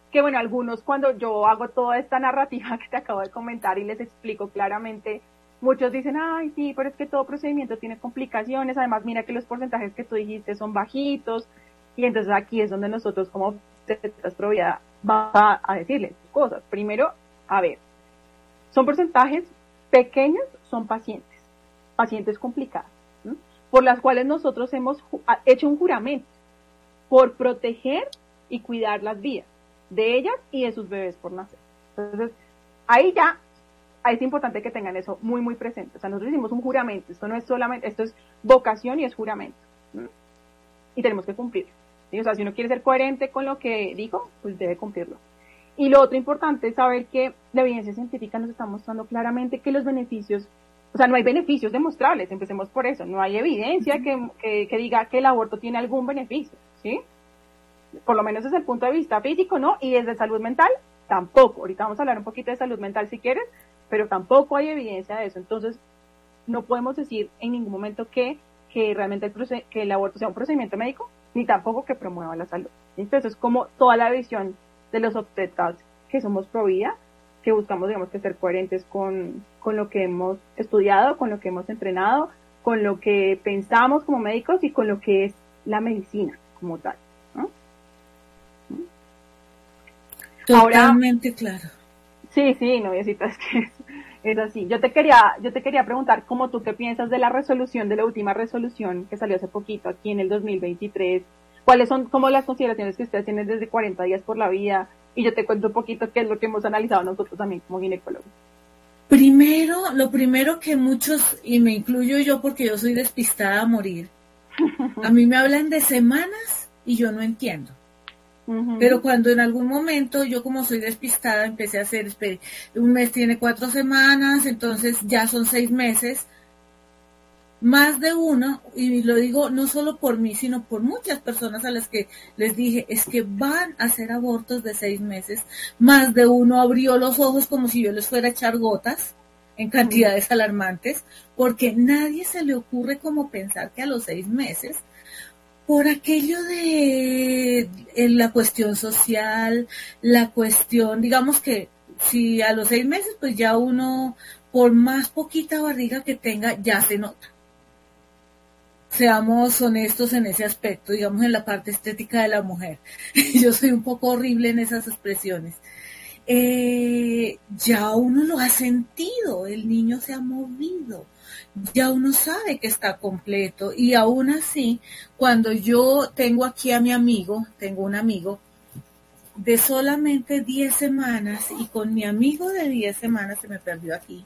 que bueno, algunos cuando yo hago toda esta narrativa que te acabo de comentar y les explico claramente, muchos dicen, ay, sí, pero es que todo procedimiento tiene complicaciones, además mira que los porcentajes que tú dijiste son bajitos, y entonces aquí es donde nosotros como Obstetras Pro Vida vamos a decirles cosas. Primero, a ver, son porcentajes pequeños, son pacientes complicadas, ¿sí? Por las cuales nosotros hemos hecho un juramento por proteger y cuidar las vidas de ellas y de sus bebés por nacer. Entonces, ahí ya es importante que tengan eso muy, muy presente. O sea, nosotros hicimos un juramento, esto no es solamente, esto es vocación y es juramento, ¿sí? Y tenemos que cumplirlo, ¿sí? O sea, si uno quiere ser coherente con lo que dijo, pues debe cumplirlo. Y lo otro importante es saber que la evidencia científica nos está mostrando claramente que los beneficios, o sea, no hay beneficios demostrables, empecemos por eso, no hay evidencia que diga que el aborto tiene algún beneficio, ¿sí? Por lo menos desde el punto de vista físico, ¿no? Y desde salud mental, tampoco. Ahorita vamos a hablar un poquito de salud mental si quieres, pero tampoco hay evidencia de eso. Entonces, no podemos decir en ningún momento que realmente que el aborto sea un procedimiento médico, ni tampoco que promueva la salud. Entonces, es como toda la visión de los obstetras que somos pro vida, que buscamos, digamos, que ser coherentes con lo que hemos estudiado, con lo que hemos entrenado, con lo que pensamos como médicos y con lo que es la medicina como tal, ¿no? Totalmente ahora, claro. Sí, noviecita, es que es así. Yo te quería preguntar, ¿cómo tú qué piensas de la resolución, de la última resolución que salió hace poquito aquí en el 2023? ¿Cuáles son como las consideraciones que ustedes tienen desde 40 días por la vida? Y yo te cuento un poquito qué es lo que hemos analizado nosotros también como ginecólogos. Lo primero que muchos, y me incluyo yo porque yo soy despistada a morir, a mí me hablan de semanas y yo no entiendo. Pero cuando en algún momento yo como soy despistada empecé a hacer, un mes tiene 4 semanas, entonces ya son 6 meses, más de uno, y lo digo no solo por mí, sino por muchas personas a las que les dije, es que van a hacer abortos de 6 meses, más de uno abrió los ojos como si yo les fuera a echar gotas en cantidades alarmantes, porque nadie se le ocurre como pensar que a los 6 meses, por aquello de la cuestión social, la cuestión, digamos que si a los 6 meses, pues ya uno, por más poquita barriga que tenga, ya se nota. Seamos honestos en ese aspecto, digamos en la parte estética de la mujer. Yo soy un poco horrible en esas expresiones. Ya uno lo ha sentido, el niño se ha movido, ya uno sabe que está completo, y aún así, cuando yo tengo aquí a mi amigo, tengo un amigo de solamente 10 semanas, y con mi amigo de 10 semanas, se me perdió aquí,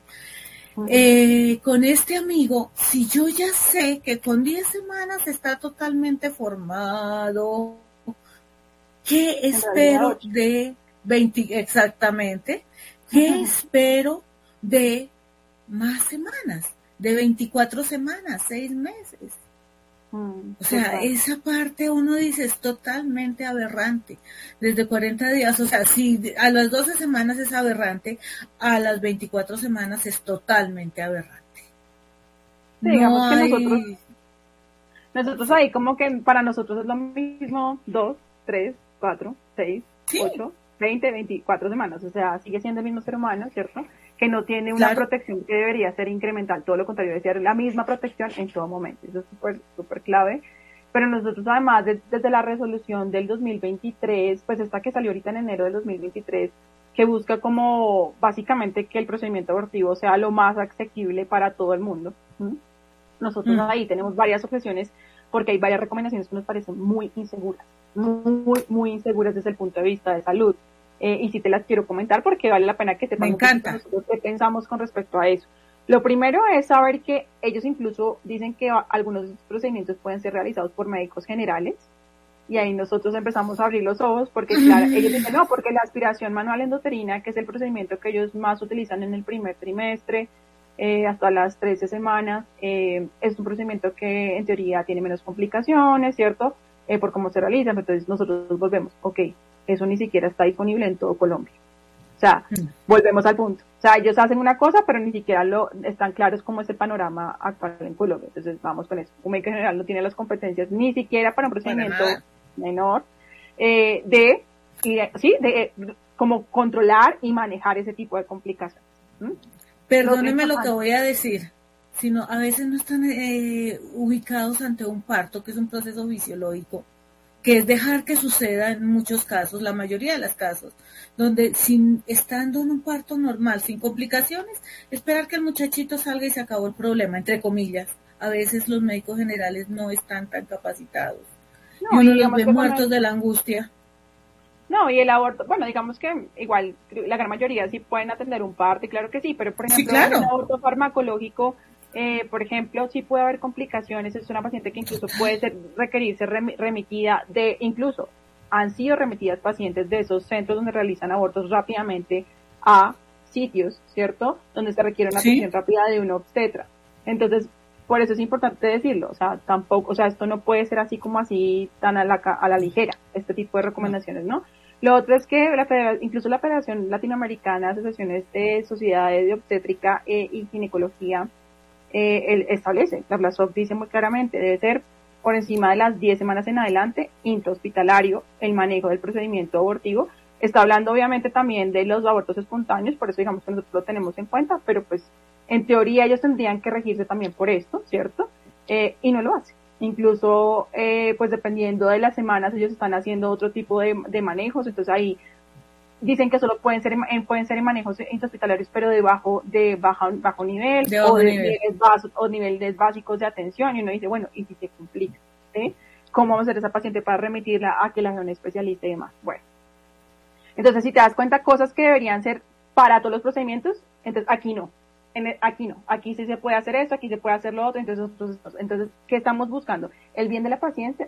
con este amigo, si yo ya sé que con 10 semanas está totalmente formado, ¿qué espero de 20 exactamente? ¿Qué espero de más semanas? De 24 semanas, 6 meses. O sea, esa parte uno dice es totalmente aberrante. Desde 40 días, o sea, si a las 12 semanas es aberrante, a las 24 semanas es totalmente aberrante. Sí, no digamos hay... que nosotros ahí como que para nosotros es lo mismo 2, 3, 4, 6, ¿sí? 8, 20, 24 semanas. O sea, sigue siendo el mismo ser humano, ¿cierto? Que no tiene una protección que debería ser incremental, todo lo contrario, debe ser la misma protección en todo momento, eso es súper clave, pero nosotros además desde la resolución del 2023, pues esta que salió ahorita en enero del 2023, que busca como básicamente que el procedimiento abortivo sea lo más asequible para todo el mundo, nosotros ahí tenemos varias objeciones, porque hay varias recomendaciones que nos parecen muy inseguras, muy inseguras desde el punto de vista de salud. Y sí te las quiero comentar porque vale la pena que sepan nosotros qué pensamos con respecto a eso. Lo primero es saber que ellos incluso dicen que algunos de estos procedimientos pueden ser realizados por médicos generales, y ahí nosotros empezamos a abrir los ojos porque claro, ellos dicen no, porque la aspiración manual endouterina, que es el procedimiento que ellos más utilizan en el primer trimestre, hasta las 13 semanas, es un procedimiento que en teoría tiene menos complicaciones, ¿cierto? Por cómo se realizan, entonces nosotros volvemos, eso ni siquiera está disponible en todo Colombia. O sea, volvemos al punto. O sea, ellos hacen una cosa, pero ni siquiera están claros cómo es el panorama actual en Colombia. Entonces, vamos con eso. Un médico general no tiene las competencias ni siquiera para un procedimiento menor de sí, como controlar y manejar ese tipo de complicaciones. Perdóneme lo que voy a decir, sino a veces no están ubicados ante un parto, que es un proceso fisiológico, que es dejar que suceda en muchos casos, la mayoría de los casos, donde estando en un parto normal, sin complicaciones, esperar que el muchachito salga y se acabó el problema, entre comillas. A veces los médicos generales no están tan capacitados. No, y uno los ve muertos de la angustia. No, y el aborto, bueno, digamos que igual la gran mayoría sí pueden atender un parto, y claro que sí, pero por ejemplo, sí, claro, un aborto farmacológico, por ejemplo, sí puede haber complicaciones. Es una paciente que incluso puede requerirse remitida incluso han sido remitidas pacientes de esos centros donde realizan abortos rápidamente a sitios, ¿cierto? Donde se requiere una atención rápida de un obstetra. Entonces, por eso es importante decirlo, o sea, tampoco, o sea, esto no puede ser así como así tan a la ligera, este tipo de recomendaciones, ¿no? Lo otro es que incluso la Federación Latinoamericana de Asociaciones de Sociedades de Obstétrica y Ginecología establece, la FLASOC dice muy claramente, debe ser por encima de las 10 semanas en adelante, intrahospitalario, el manejo del procedimiento abortivo. Está hablando obviamente también de los abortos espontáneos, por eso digamos que nosotros lo tenemos en cuenta, pero pues en teoría ellos tendrían que regirse también por esto, ¿cierto? Y no lo hacen. Incluso, pues dependiendo de las semanas, ellos están haciendo otro tipo de manejos, entonces ahí dicen que solo pueden ser en manejos intrahospitalarios, pero de bajo nivel, o niveles básicos de atención, y uno dice, bueno, ¿y si se complica? ¿Sí? ¿Cómo vamos a hacer esa paciente para remitirla a que la vea un especialista y demás? Bueno, entonces si te das cuenta, cosas que deberían ser para todos los procedimientos, entonces aquí no. Aquí sí se puede hacer esto, aquí se puede hacer lo otro, entonces ¿qué estamos buscando? ¿El bien de la paciente,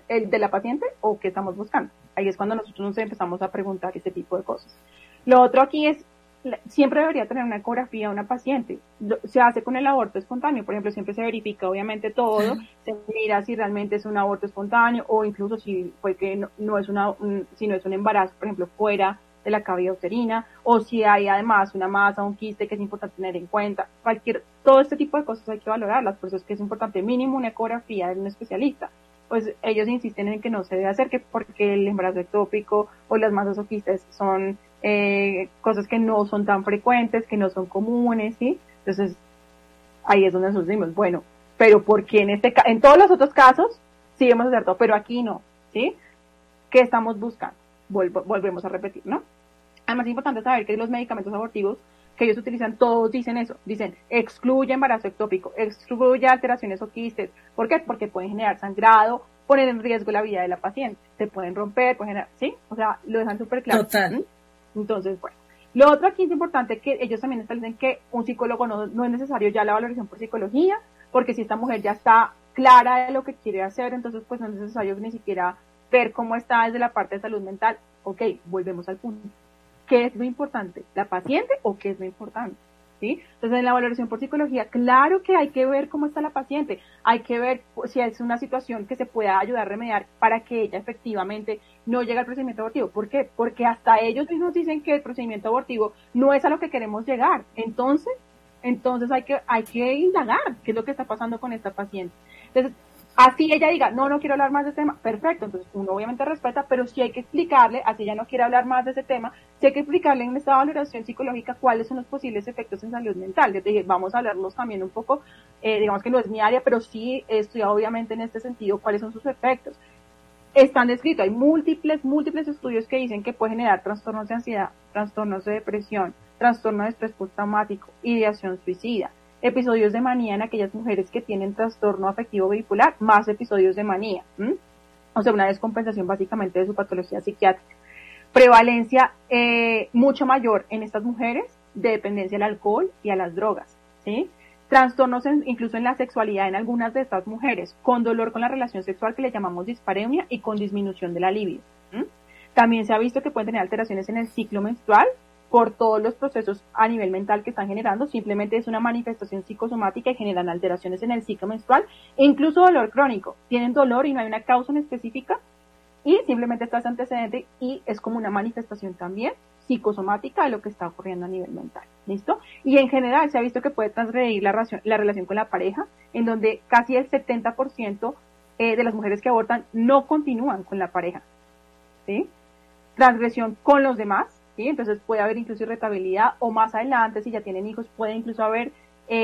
o qué estamos buscando? Ahí es cuando nosotros nos empezamos a preguntar este tipo de cosas. Lo otro aquí es, siempre debería tener una ecografía una paciente. Se hace con el aborto espontáneo, por ejemplo, siempre se verifica obviamente todo, se mira si realmente es un aborto espontáneo, o incluso si fue que no es si no es un embarazo, por ejemplo, fuera de la cavidad uterina, o si hay además una masa, un quiste que es importante tener en cuenta. Todo este tipo de cosas hay que valorarlas, por eso es que es importante mínimo una ecografía de un especialista. Pues ellos insisten en que no se debe hacer, porque el embarazo ectópico o las masas o quistes son cosas que no son tan frecuentes, que no son comunes, ¿sí? Entonces, ahí es donde nosotros decimos, bueno, pero ¿por qué en todos los otros casos sí debemos hacer todo, pero aquí no, ¿sí? ¿Qué estamos buscando? Volvemos a repetir, ¿no? Además es importante saber que los medicamentos abortivos que ellos utilizan, todos dicen eso, dicen excluye embarazo ectópico, excluye alteraciones o quistes. ¿Por qué? Porque pueden generar sangrado, poner en riesgo la vida de la paciente, se pueden romper, pueden generar, ¿sí? O sea, lo dejan súper claro. Total. ¿Sí? Entonces, bueno. Lo otro aquí es importante que ellos también establecen que un psicólogo no es necesario ya la valoración por psicología, porque si esta mujer ya está clara de lo que quiere hacer, entonces pues no es necesario ni siquiera ver cómo está desde la parte de salud mental. Ok, volvemos al punto. ¿Qué es lo importante? ¿La paciente o qué es lo importante? ¿Sí? Entonces, en la valoración por psicología, claro que hay que ver cómo está la paciente, hay que ver si es una situación que se pueda ayudar a remediar para que ella efectivamente no llegue al procedimiento abortivo. ¿Por qué? Porque hasta ellos mismos dicen que el procedimiento abortivo no es a lo que queremos llegar. Entonces hay que indagar qué es lo que está pasando con esta paciente. Entonces, así ella diga, no quiero hablar más de ese tema, perfecto, entonces uno obviamente respeta, pero sí hay que explicarle, así ella no quiere hablar más de ese tema, sí hay que explicarle en esta valoración psicológica cuáles son los posibles efectos en salud mental. Yo te dije, vamos a hablarlos también un poco, digamos que no es mi área, pero sí he estudiado obviamente en este sentido cuáles son sus efectos. Están descritos, hay múltiples estudios que dicen que puede generar trastornos de ansiedad, trastornos de depresión, trastorno de estrés postraumático, ideación suicida, episodios de manía en aquellas mujeres que tienen trastorno afectivo bipolar, más episodios de manía, o sea, una descompensación básicamente de su patología psiquiátrica. Prevalencia mucho mayor en estas mujeres de dependencia al alcohol y a las drogas, ¿sí? Trastornos incluso en la sexualidad en algunas de estas mujeres, con dolor con la relación sexual que le llamamos dispareunia y con disminución de la libido. También se ha visto que pueden tener alteraciones en el ciclo menstrual, por todos los procesos a nivel mental que están generando, simplemente es una manifestación psicosomática y generan alteraciones en el ciclo menstrual, e incluso dolor crónico, tienen dolor y no hay una causa en específica, y simplemente está ese antecedente y es como una manifestación también psicosomática de lo que está ocurriendo a nivel mental, ¿listo? Y en general se ha visto que puede transgredir la relación con la pareja, en donde casi el 70% de las mujeres que abortan no continúan con la pareja, ¿sí? transgresión con los demás, ¿sí? Entonces puede haber incluso irritabilidad, o más adelante, si ya tienen hijos, puede incluso haber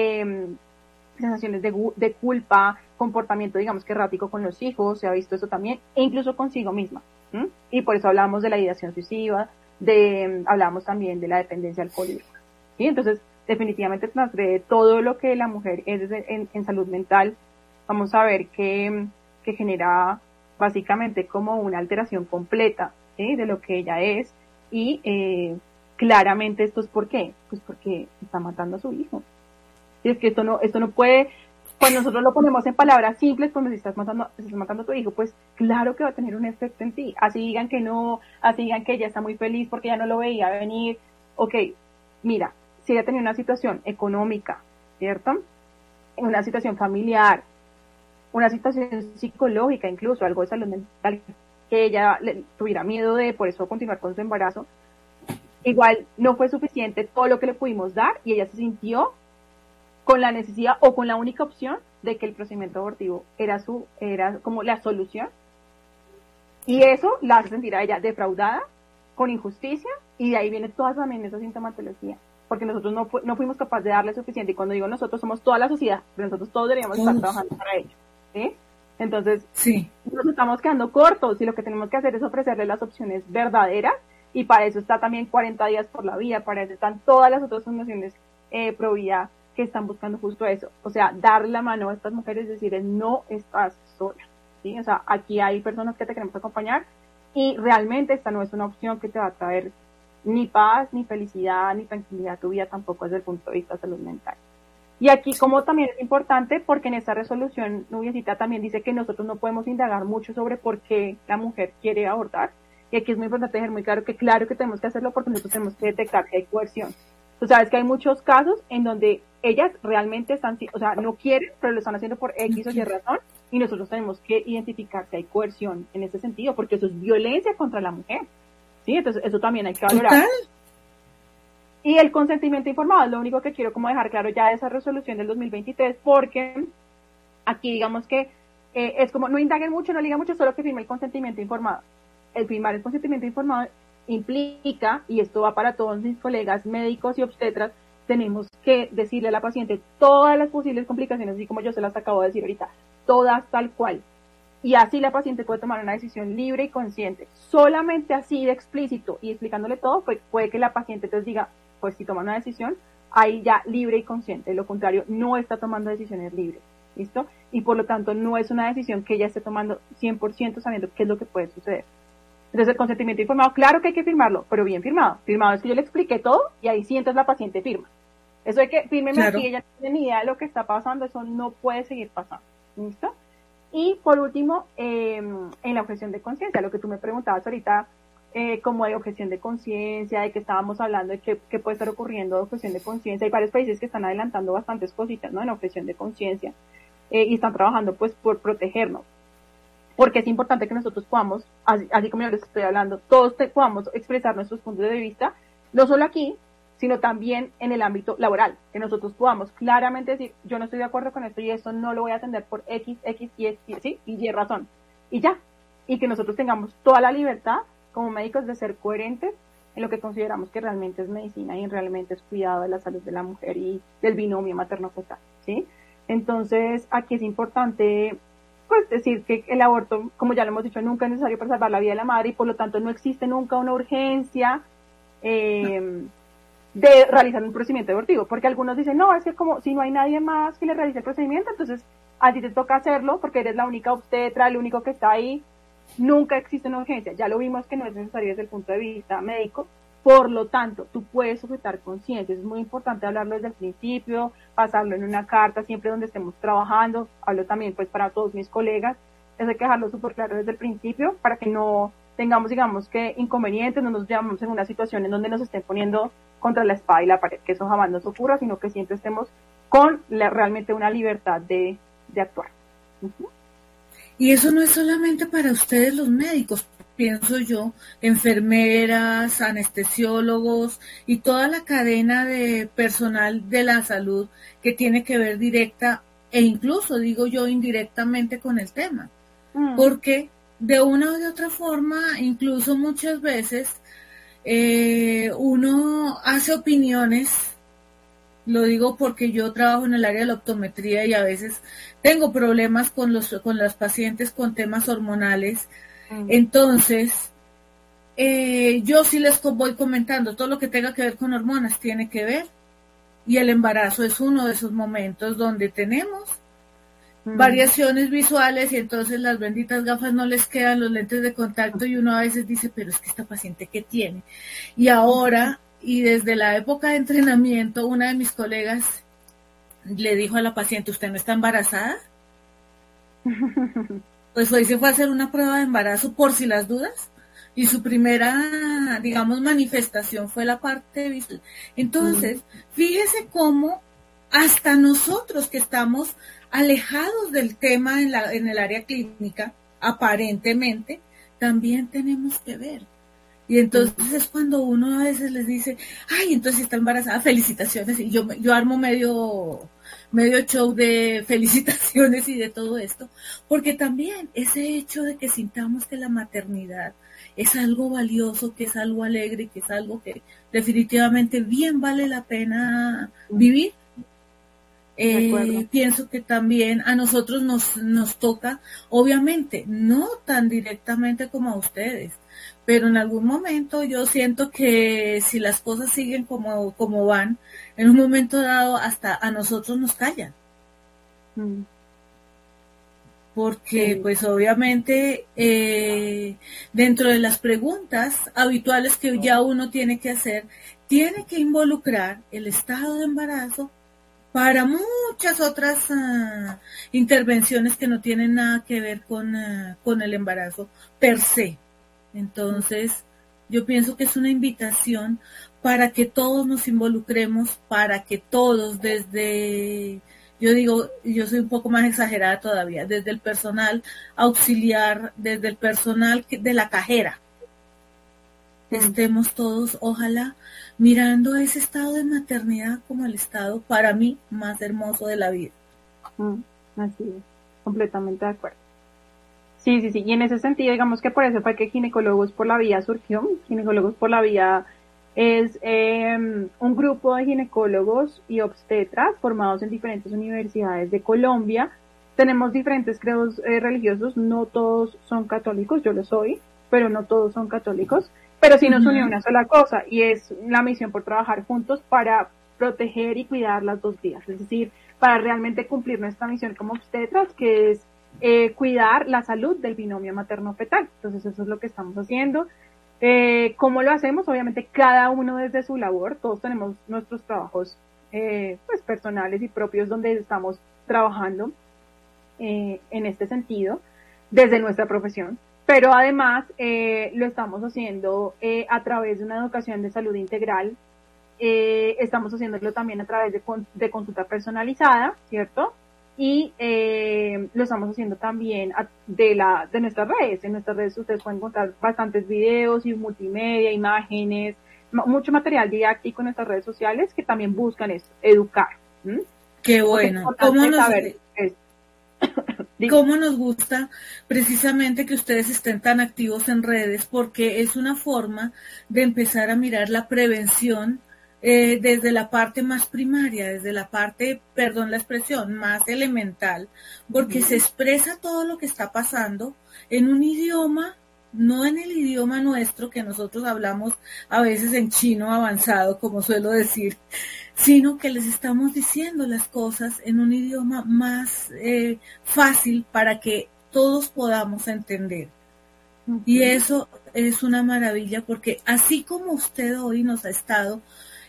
sensaciones de culpa, comportamiento, digamos que errático con los hijos, se ha visto eso también, e incluso consigo misma. Y por eso hablamos de la ideación suicida, hablamos también de la dependencia alcohólica. ¿Sí? Entonces, definitivamente transgrede todo lo que la mujer es en salud mental. Vamos a ver que genera básicamente como una alteración completa, ¿sí? De lo que ella es, y claramente esto es ¿por qué? Pues porque está matando a su hijo. Y es que esto no puede, cuando nosotros lo ponemos en palabras simples, como si estás matando a tu hijo, pues claro que va a tener un efecto en ti. Así digan que no, así digan que ella está muy feliz porque ya no lo veía venir. Ok, mira, si ella tenía una situación económica, ¿cierto? Una situación familiar, una situación psicológica, incluso algo de salud mental, que ella tuviera miedo de, por eso continuar con su embarazo, igual no fue suficiente todo lo que le pudimos dar y ella se sintió con la necesidad o con la única opción de que el procedimiento abortivo era como la solución, y eso la hace sentir a ella defraudada, con injusticia, y de ahí viene toda también esa sintomatología, porque nosotros no fuimos capaces de darle suficiente, y cuando digo nosotros somos toda la sociedad, pero nosotros todos deberíamos estar trabajando para ello, ¿sí? Entonces, sí, nos estamos quedando cortos y lo que tenemos que hacer es ofrecerle las opciones verdaderas, y para eso está también 40 días por la vida, para eso están todas las otras fundaciones pro vida que están buscando justo eso, o sea, darle la mano a estas mujeres, decirles no estás sola, ¿sí? O sea, aquí hay personas que te queremos acompañar y realmente esta no es una opción que te va a traer ni paz, ni felicidad, ni tranquilidad a tu vida, tampoco desde el punto de vista de salud mental. Y aquí como también es importante, porque en esta resolución, Nubiecita también dice que nosotros no podemos indagar mucho sobre por qué la mujer quiere abortar, y aquí es muy importante dejar muy claro que tenemos que hacerlo porque nosotros tenemos que detectar que hay coerción. Tú sabes que hay muchos casos en donde ellas realmente están, o sea, no quieren, pero lo están haciendo por X o Y razón, y nosotros tenemos que identificar si hay coerción en ese sentido, porque eso es violencia contra la mujer, ¿sí? Entonces eso también hay que valorar. ¿Total? Y el consentimiento informado es lo único que quiero como dejar claro ya de esa resolución del 2023, porque aquí digamos que es como, no indaguen mucho, no digan mucho, solo que firme el consentimiento informado. El firmar el consentimiento informado implica, y esto va para todos mis colegas médicos y obstetras, tenemos que decirle a la paciente todas las posibles complicaciones, así como yo se las acabo de decir ahorita, todas tal cual. Y así la paciente puede tomar una decisión libre y consciente. Solamente así de explícito y explicándole todo, pues puede que la paciente entonces diga, pues si toma una decisión, ahí ya libre y consciente. De lo contrario, no está tomando decisiones libres. ¿Listo? Y por lo tanto, no es una decisión que ella esté tomando 100% sabiendo qué es lo que puede suceder. Entonces, el consentimiento informado, claro que hay que firmarlo, pero bien firmado. Firmado es que yo le expliqué todo y ahí sí entonces la paciente firma. Eso de que fírmeme aquí, ella no tiene ni idea de lo que está pasando, eso no puede seguir pasando. ¿Listo? Y por último, en la objeción de conciencia, lo que tú me preguntabas ahorita, como de objeción de conciencia, de que estábamos hablando de qué puede estar ocurriendo de objeción de conciencia. Hay varios países que están adelantando bastantes cositas, ¿no? En objeción de conciencia, y están trabajando pues por protegernos. Porque es importante que nosotros podamos, así como yo les estoy hablando, todos podamos expresar nuestros puntos de vista, no solo aquí, sino también en el ámbito laboral, que nosotros podamos claramente decir, yo no estoy de acuerdo con esto y esto no lo voy a atender por X y Y razón, y ya, y que nosotros tengamos toda la libertad como médicos de ser coherentes en lo que consideramos que realmente es medicina y realmente es cuidado de la salud de la mujer y del binomio materno-fetal, ¿sí? Entonces, aquí es importante pues decir que el aborto, como ya lo hemos dicho, nunca es necesario para salvar la vida de la madre y por lo tanto no existe nunca una urgencia de realizar un procedimiento abortivo, porque algunos dicen, no, es que como si no hay nadie más que le realice el procedimiento, entonces a ti te toca hacerlo porque eres la única obstetra, el único que está ahí. Nunca existe una urgencia, ya lo vimos que no es necesario desde el punto de vista médico, por lo tanto, tú puedes sujetar conciencia, es muy importante hablarlo desde el principio, pasarlo en una carta siempre donde estemos trabajando, hablo también pues para todos mis colegas, es hay que dejarlo súper claro desde el principio para que no tengamos, digamos que inconvenientes, no nos veamos en una situación en donde nos estén poniendo contra la espada y la pared, que eso jamás nos ocurra, sino que siempre estemos con realmente una libertad de actuar. Uh-huh. Y eso no es solamente para ustedes los médicos, pienso yo, enfermeras, anestesiólogos y toda la cadena de personal de la salud que tiene que ver directa e incluso, digo yo, indirectamente con el tema. Porque de una o de otra forma, incluso muchas veces, uno hace opiniones. Lo digo porque yo trabajo en el área de la optometría y a veces tengo problemas con las pacientes con temas hormonales. Entonces, yo sí les voy comentando todo lo que tenga que ver con hormonas tiene que ver, y el embarazo es uno de esos momentos donde tenemos variaciones visuales y entonces las benditas gafas no les quedan, los lentes de contacto, y uno a veces dice, pero es que esta paciente ¿qué tiene? Y ahora, y desde la época de entrenamiento, una de mis colegas le dijo a la paciente, ¿usted no está embarazada? Pues hoy se fue a hacer una prueba de embarazo por si las dudas, y su primera, digamos, manifestación fue la parte visual. Entonces, fíjese cómo hasta nosotros que estamos alejados del tema en el área clínica, aparentemente, también tenemos que ver. Y entonces es cuando uno a veces les dice, ay, entonces está embarazada, felicitaciones, y yo armo medio show de felicitaciones y de todo esto, porque también ese hecho de que sintamos que la maternidad es algo valioso, que es algo alegre, que es algo que definitivamente bien vale la pena vivir. Pienso que también a nosotros nos toca, obviamente, no tan directamente como a ustedes, pero en algún momento yo siento que si las cosas siguen como van, en un momento dado hasta a nosotros nos callan. Porque pues obviamente dentro de las preguntas habituales que ya uno tiene que hacer, tiene que involucrar el estado de embarazo para muchas otras intervenciones que no tienen nada que ver con el embarazo per se. Entonces, yo pienso que es una invitación para que todos nos involucremos, para que todos desde, yo digo, yo soy un poco más exagerada todavía, desde el personal auxiliar, desde el personal de la cajera, estemos todos, ojalá, mirando ese estado de maternidad como el estado, para mí, más hermoso de la vida. Así es, completamente de acuerdo. Sí, y en ese sentido, digamos que por eso fue que Ginecólogos por la Vida surgió. Ginecólogos por la Vida es un grupo de ginecólogos y obstetras formados en diferentes universidades de Colombia. Tenemos diferentes credos religiosos, no todos son católicos, yo lo soy, pero no todos son católicos. Pero sí nos unió una sola cosa, y es la misión por trabajar juntos para proteger y cuidar las dos vidas, es decir, para realmente cumplir nuestra misión como obstetras, que es cuidar la salud del binomio materno-fetal. Entonces eso es lo que estamos haciendo. ¿Cómo lo hacemos? Obviamente cada uno desde su labor, todos tenemos nuestros trabajos pues personales y propios donde estamos trabajando en este sentido, desde nuestra profesión. Pero además lo estamos haciendo a través de una educación de salud integral, estamos haciéndolo también a través de consulta personalizada, ¿cierto? Y lo estamos haciendo también de nuestras redes. En nuestras redes ustedes pueden encontrar bastantes videos y multimedia, imágenes, mucho material didáctico en nuestras redes sociales que también buscan educar. Qué bueno. ¿Cómo nos gusta precisamente que ustedes estén tan activos en redes? Porque es una forma de empezar a mirar la prevención desde la parte más primaria, desde la parte, perdón la expresión, más elemental, porque se expresa todo lo que está pasando en un idioma, no en el idioma nuestro que nosotros hablamos a veces en chino avanzado, como suelo decir, sino que les estamos diciendo las cosas en un idioma más fácil para que todos podamos entender. Y eso es una maravilla, porque así como usted hoy nos ha estado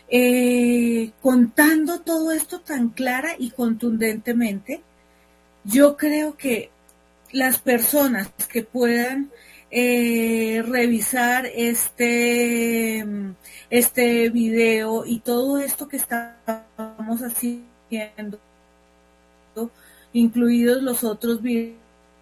contando todo esto tan clara y contundentemente, yo creo que las personas que puedan revisar este video y todo esto que estamos haciendo, incluidos los otros videos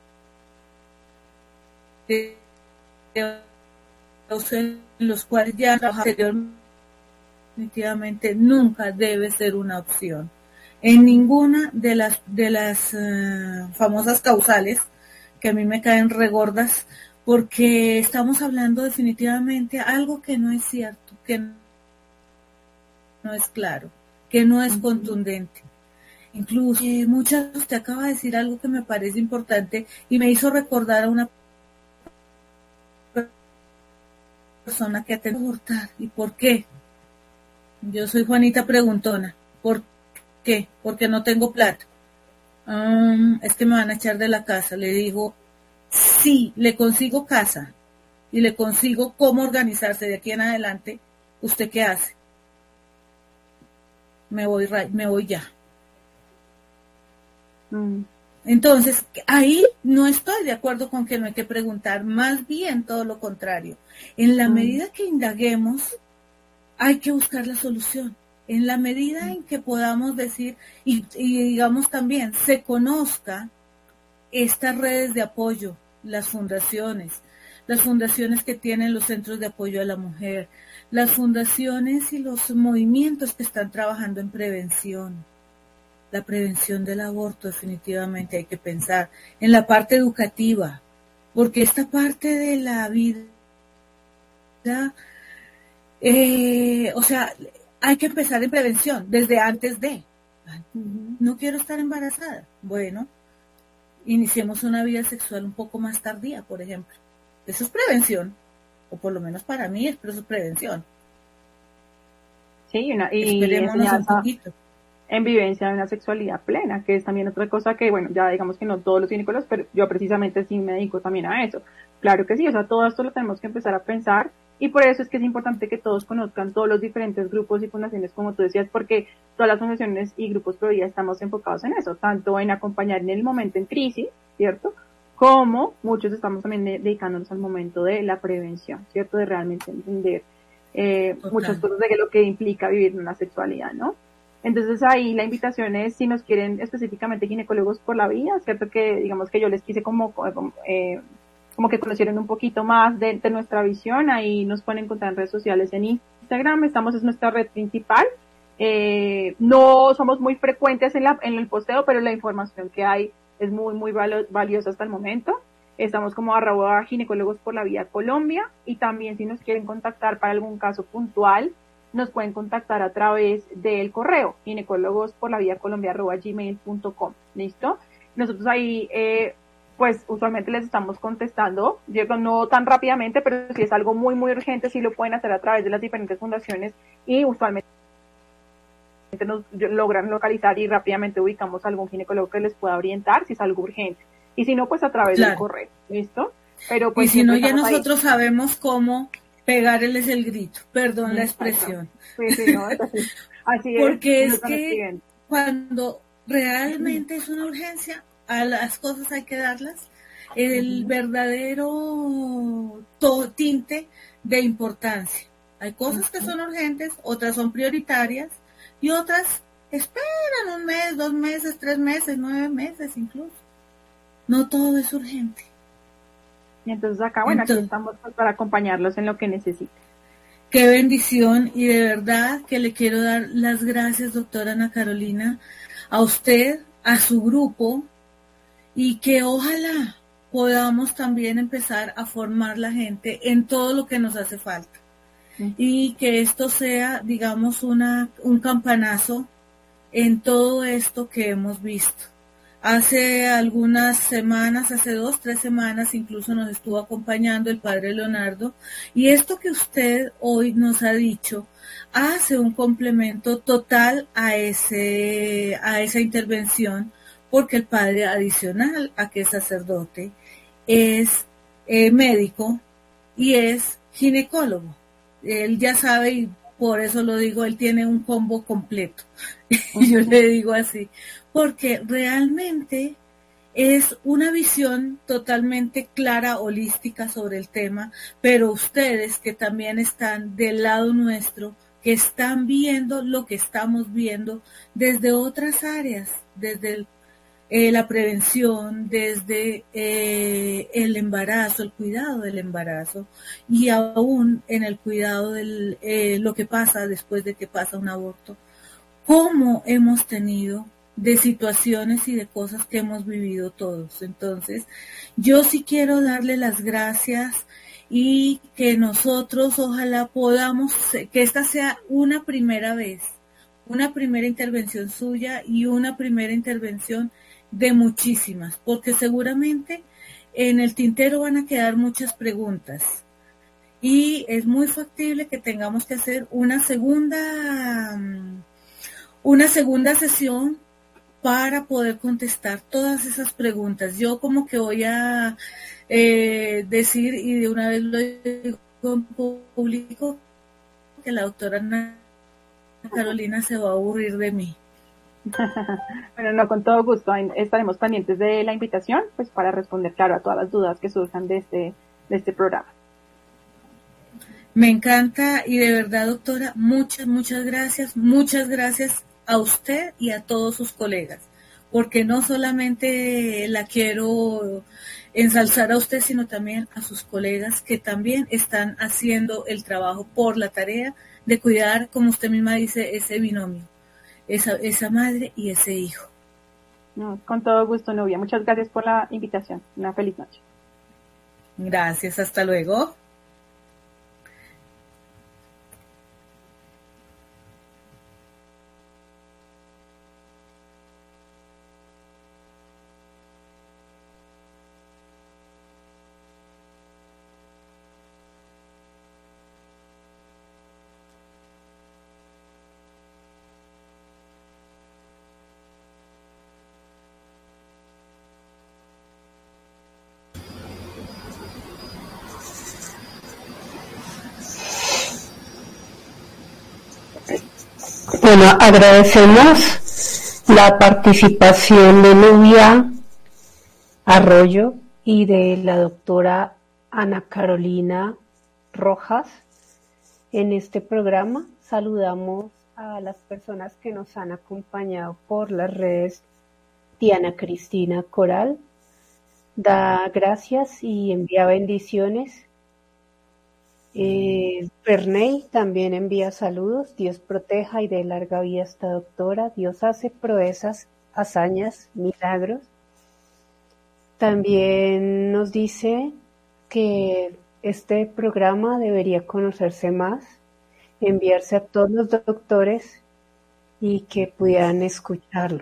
en los cuales ya anteriormente, definitivamente nunca debe ser una opción en ninguna de las famosas causales que a mí me caen regordas, porque estamos hablando definitivamente algo que no es cierto, que no es claro, que no es contundente. Incluso muchas usted acaba de decir algo que me parece importante y me hizo recordar a una persona que ha tenido que abortar. ¿Y por qué? Yo soy Juanita Preguntona. ¿Por qué? Porque no tengo plata. Es que me van a echar de la casa. Le dijo, sí, le consigo casa y le consigo cómo organizarse de aquí en adelante. ¿Usted qué hace? Me voy ya. Entonces, ahí no estoy de acuerdo con que no hay que preguntar, más bien todo lo contrario. En la medida que indaguemos, hay que buscar la solución. En la medida en que podamos decir, y digamos también, se conozca estas redes de apoyo, las fundaciones que tienen los centros de apoyo a la mujer, las fundaciones y los movimientos que están trabajando en prevención. La prevención del aborto, definitivamente hay que pensar en la parte educativa, porque esta parte de la vida, hay que empezar en prevención, desde antes de. No quiero estar embarazada. Bueno, iniciemos una vida sexual un poco más tardía, por ejemplo. Eso es prevención, o por lo menos para mí, pero eso es prevención. Sí, y esperémonos un poquito. En vivencia de una sexualidad plena, que es también otra cosa que, bueno, ya digamos que no todos los ginecólogos, pero yo precisamente sí me dedico también a eso. Claro que sí, o sea, todo esto lo tenemos que empezar a pensar, y por eso es que es importante que todos conozcan todos los diferentes grupos y fundaciones, como tú decías, porque todas las fundaciones y grupos pro vida estamos enfocados en eso, tanto en acompañar en el momento en crisis, ¿cierto?, como muchos estamos también dedicándonos al momento de la prevención, ¿cierto?, de realmente entender muchas cosas de lo que implica vivir una sexualidad, ¿no? Entonces ahí la invitación es, si nos quieren específicamente ginecólogos por la vida, ¿cierto?, que digamos que yo les quise como que conocieran un poquito más de nuestra visión. Ahí nos pueden encontrar en redes sociales, en Instagram, es nuestra red principal. No somos muy frecuentes en el posteo, pero la información que hay es muy, muy valiosa hasta el momento. Estamos como @ginecólogos por la vida Colombia, y también si nos quieren contactar para algún caso puntual, nos pueden contactar a través del correo ginecologosporlaviacolombia@gmail.com. ¿Listo? Nosotros ahí pues usualmente les estamos contestando, no tan rápidamente, pero si es algo muy, muy urgente, sí lo pueden hacer a través de las diferentes fundaciones, y usualmente nos logran localizar y rápidamente ubicamos a algún ginecólogo que les pueda orientar si es algo urgente. Y si no, pues a través del correo. ¿Listo? Pero pues, y si no, ya nosotros sabemos cómo pegarles el grito, perdón la expresión. Sí, no, así es. Porque es que cuando realmente es una urgencia, a las cosas hay que darlas el verdadero tinte de importancia. Hay cosas que son urgentes, otras son prioritarias y otras esperan 1 mes, 2 meses, 3 meses, 9 meses incluso. No todo es urgente. Y entonces acá, aquí estamos para acompañarlos en lo que necesiten. Qué bendición, y de verdad que le quiero dar las gracias, doctora Ana Carolina, a usted, a su grupo, y que ojalá podamos también empezar a formar la gente en todo lo que nos hace falta. Y que esto sea, digamos, un campanazo en todo esto que hemos visto. Hace algunas semanas, hace 2, 3 semanas, incluso nos estuvo acompañando el padre Leonardo, y esto que usted hoy nos ha dicho hace un complemento total a esa intervención, porque el padre, adicional a que es sacerdote, es médico y es ginecólogo. Él ya sabe, y por eso lo digo, él tiene un combo completo. Yo le digo así, porque realmente es una visión totalmente clara, holística sobre el tema, pero ustedes que también están del lado nuestro, que están viendo lo que estamos viendo desde otras áreas, desde la prevención, desde el embarazo, el cuidado del embarazo, y aún en el cuidado de lo que pasa después de que pasa un aborto. ¿Cómo hemos tenido de situaciones y de cosas que hemos vivido todos. Entonces, yo sí quiero darle las gracias y que nosotros ojalá podamos, que esta sea una primera vez, una primera intervención suya y una primera intervención de muchísimas, porque seguramente en el tintero van a quedar muchas preguntas y es muy factible que tengamos que hacer una segunda sesión para poder contestar todas esas preguntas. Yo como que voy a decir, y de una vez lo digo en público, que la doctora Ana Carolina se va a aburrir de mí. Bueno, no, con todo gusto. Estaremos pendientes de la invitación, pues para responder, claro, a todas las dudas que surjan de este programa. Me encanta y de verdad, doctora, muchas gracias. Muchas gracias a usted y a todos sus colegas, porque no solamente la quiero ensalzar a usted, sino también a sus colegas que también están haciendo el trabajo por la tarea de cuidar, como usted misma dice, ese binomio, esa madre y ese hijo. No, con todo gusto, Nubia. Muchas gracias por la invitación. Una feliz noche. Gracias, hasta luego. Bueno, agradecemos la participación de Nubia Arroyo y de la doctora Ana Carolina Rojas en este programa. Saludamos a las personas que nos han acompañado por las redes. Diana Cristina Coral da gracias y envía bendiciones. Ferney también envía saludos. Dios proteja y dé larga vida a esta doctora. Dios hace proezas, hazañas, milagros. También nos dice que este programa debería conocerse más, enviarse a todos los doctores y que pudieran escucharlo.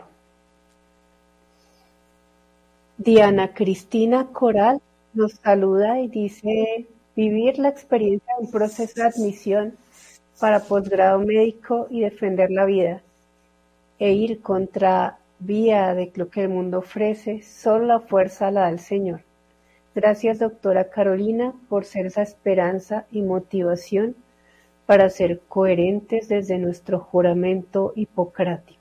Diana Cristina Coral nos saluda y dice: vivir la experiencia de un proceso de admisión para posgrado médico y defender la vida e ir contra vía de lo que el mundo ofrece, solo la fuerza la da el Señor. Gracias, doctora Carolina, por ser esa esperanza y motivación para ser coherentes desde nuestro juramento hipocrático.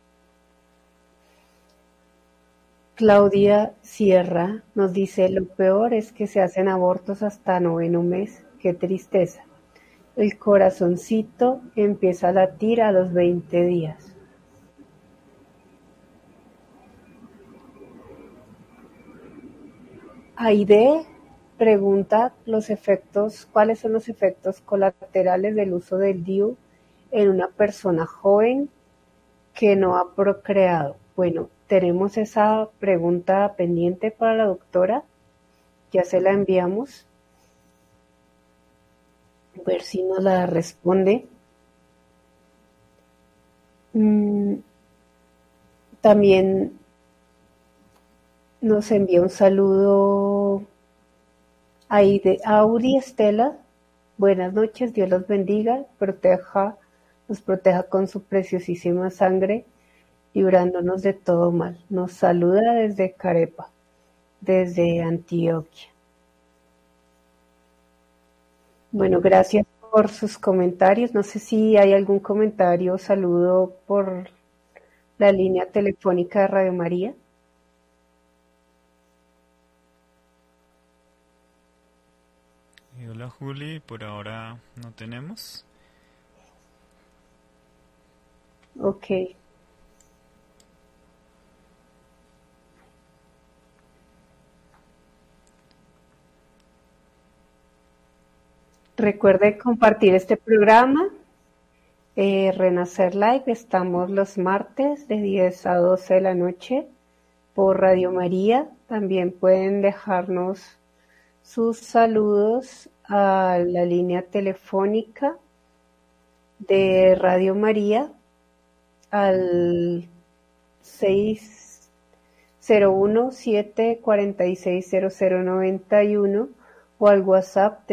Claudia Sierra nos dice: lo peor es que se hacen abortos hasta 9º mes, qué tristeza. El corazoncito empieza a latir a los 20 días. Aide pregunta cuáles son los efectos colaterales del uso del DIU en una persona joven que no ha procreado. Bueno, tenemos esa pregunta pendiente para la doctora, ya se la enviamos, a ver si nos la responde. También nos envía un saludo ahí de Auri Estela. Buenas noches, Dios los bendiga, nos proteja con su preciosísima sangre, librándonos de todo mal. Nos saluda desde Carepa, desde Antioquia. Bueno, gracias por sus comentarios. No sé si hay algún comentario o saludo por la línea telefónica de Radio María. Hola Juli, por ahora no tenemos. Ok. Recuerde compartir este programa Renacer Live, estamos los martes de 10 a 12 de la noche por Radio María. También pueden dejarnos sus saludos a la línea telefónica de Radio María al 601-746-0091 o al WhatsApp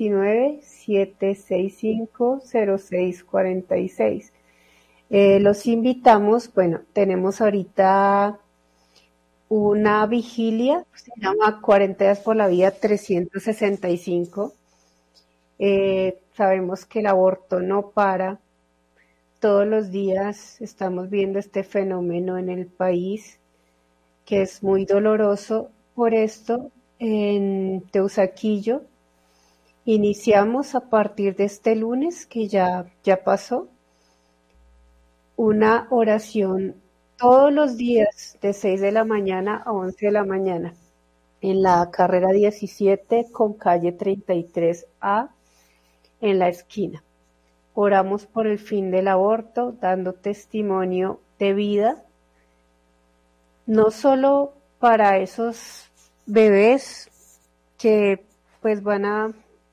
319-765-0646. Los invitamos, bueno, tenemos ahorita una vigilia, se llama 40 días por la vida 365. Sabemos que el aborto no para. Todos los días estamos viendo este fenómeno en el país que es muy doloroso. Por esto, en Teusaquillo iniciamos a partir de este lunes, que ya pasó, una oración todos los días de 6 de la mañana a 11 de la mañana en la carrera 17 con calle 33A en la esquina. Oramos por el fin del aborto, dando testimonio de vida, no solo para esos bebés que pues van a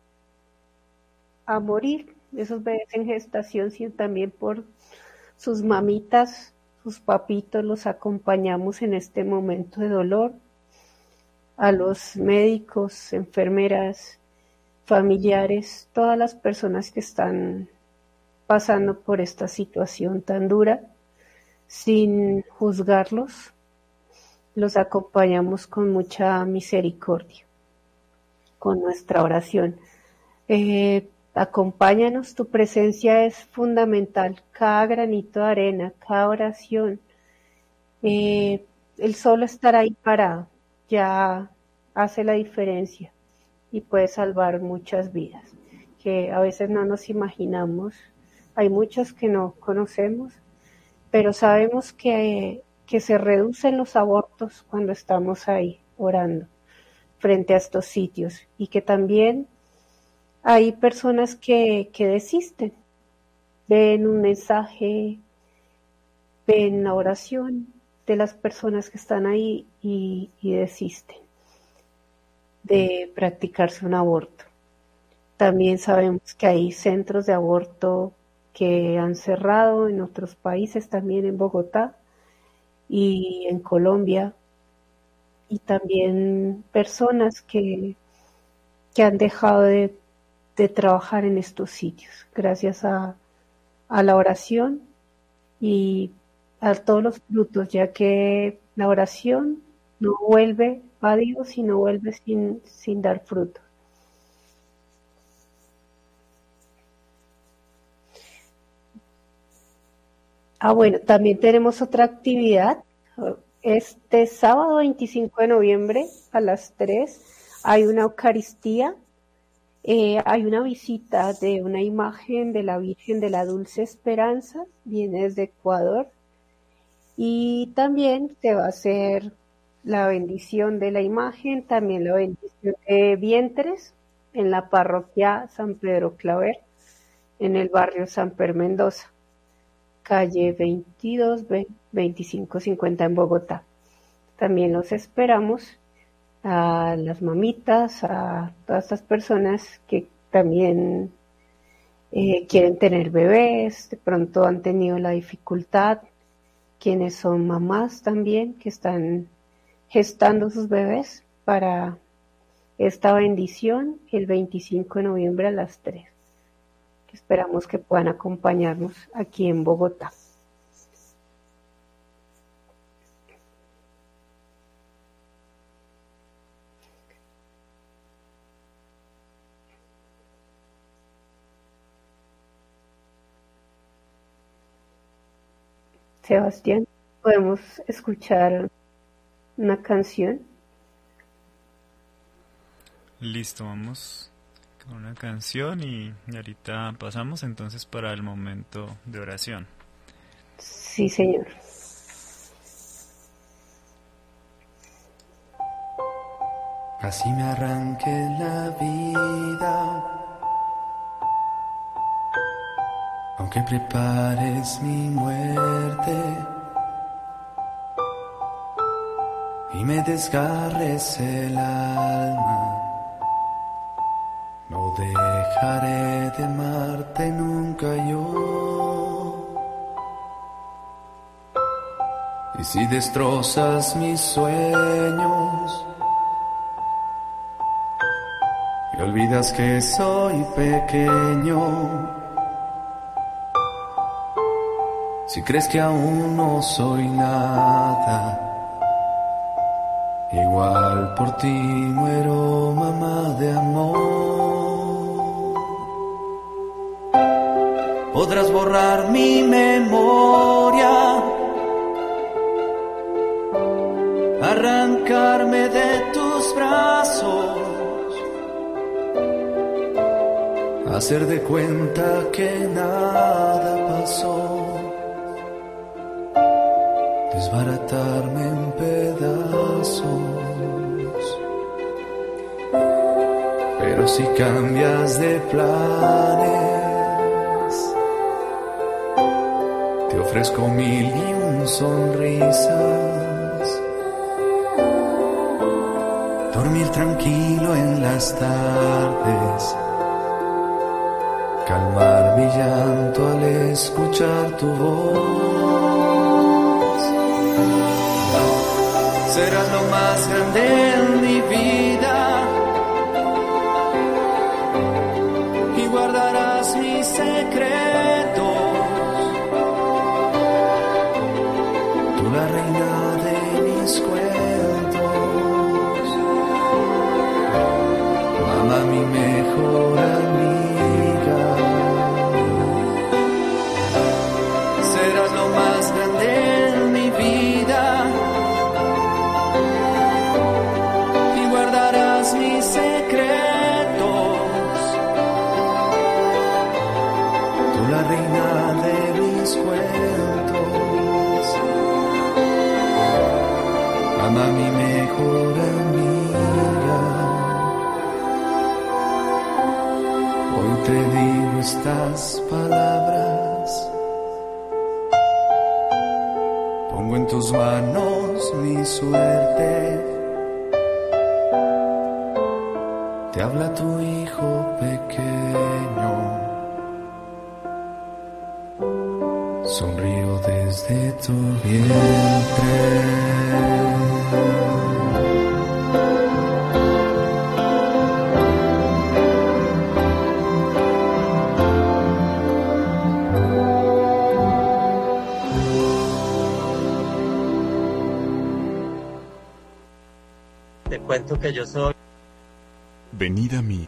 morir, esos bebés en gestación, sino también por sus mamitas, sus papitos. Los acompañamos en este momento de dolor, a los médicos, enfermeras, familiares, todas las personas que están pasando por esta situación tan dura, sin juzgarlos, los acompañamos con mucha misericordia, con nuestra oración. Acompáñanos, tu presencia es fundamental, cada granito de arena, cada oración, el solo estar ahí parado ya hace la diferencia y puede salvar muchas vidas, que a veces no nos imaginamos. Hay muchos que no conocemos, pero sabemos que se reducen los abortos cuando estamos ahí orando frente a estos sitios, y que también hay personas que desisten, ven un mensaje, ven la oración de las personas que están ahí y desisten de practicarse un aborto. También sabemos que hay centros de aborto que han cerrado en otros países, también en Bogotá y en Colombia, y también personas que han dejado de trabajar en estos sitios gracias a la oración y a todos los frutos, ya que la oración no vuelve a Dios y no vuelve sin dar fruto. Bueno, también tenemos otra actividad. Este sábado 25 de noviembre a las 3 hay una Eucaristía. Hay una visita de una imagen de la Virgen de la Dulce Esperanza, viene desde Ecuador, y también se va a hacer la bendición de la imagen, también la bendición de vientres en la parroquia San Pedro Claver, en el barrio San Per Mendoza, calle 22, 2550 en Bogotá. También los esperamos a las mamitas, a todas estas personas que también quieren tener bebés, de pronto han tenido la dificultad, quienes son mamás también, que están gestando sus bebés para esta bendición el 25 de noviembre a las 3. Esperamos que puedan acompañarnos aquí en Bogotá. Sebastián, ¿podemos escuchar una canción? Listo, vamos con una canción y ahorita pasamos entonces para el momento de oración. Sí, señor. Así me arranqué la vida, aunque prepares mi muerte y me desgarres el alma, no dejaré de amarte nunca yo. Y si destrozas mis sueños y olvidas que soy pequeño, si crees que aún no soy nada, igual por ti muero, mamá de amor. Podrás borrar mi memoria, arrancarme de tus brazos, hacer de cuenta que nada pasó, desbaratarme en pedazos. Pero si cambias de planes, te ofrezco 1001 sonrisas, dormir tranquilo en las tardes, calmar mi llanto al escuchar tu voz. Serás lo más grande en mi vida y guardarás mis secretos. Tú la reina de mis cuentos, mamá, mi mejor amiga. Serás lo más grande en mi vida y guardarás mis secretos. Tú la reina de mis cuentos, mamá, mi mejor amiga. Hoy te digo estas palabras, pongo en tus manos mi suerte. Te habla tu hijo pequeño, sonrío desde tu vientre. Te cuento que yo soy. Venid a mí.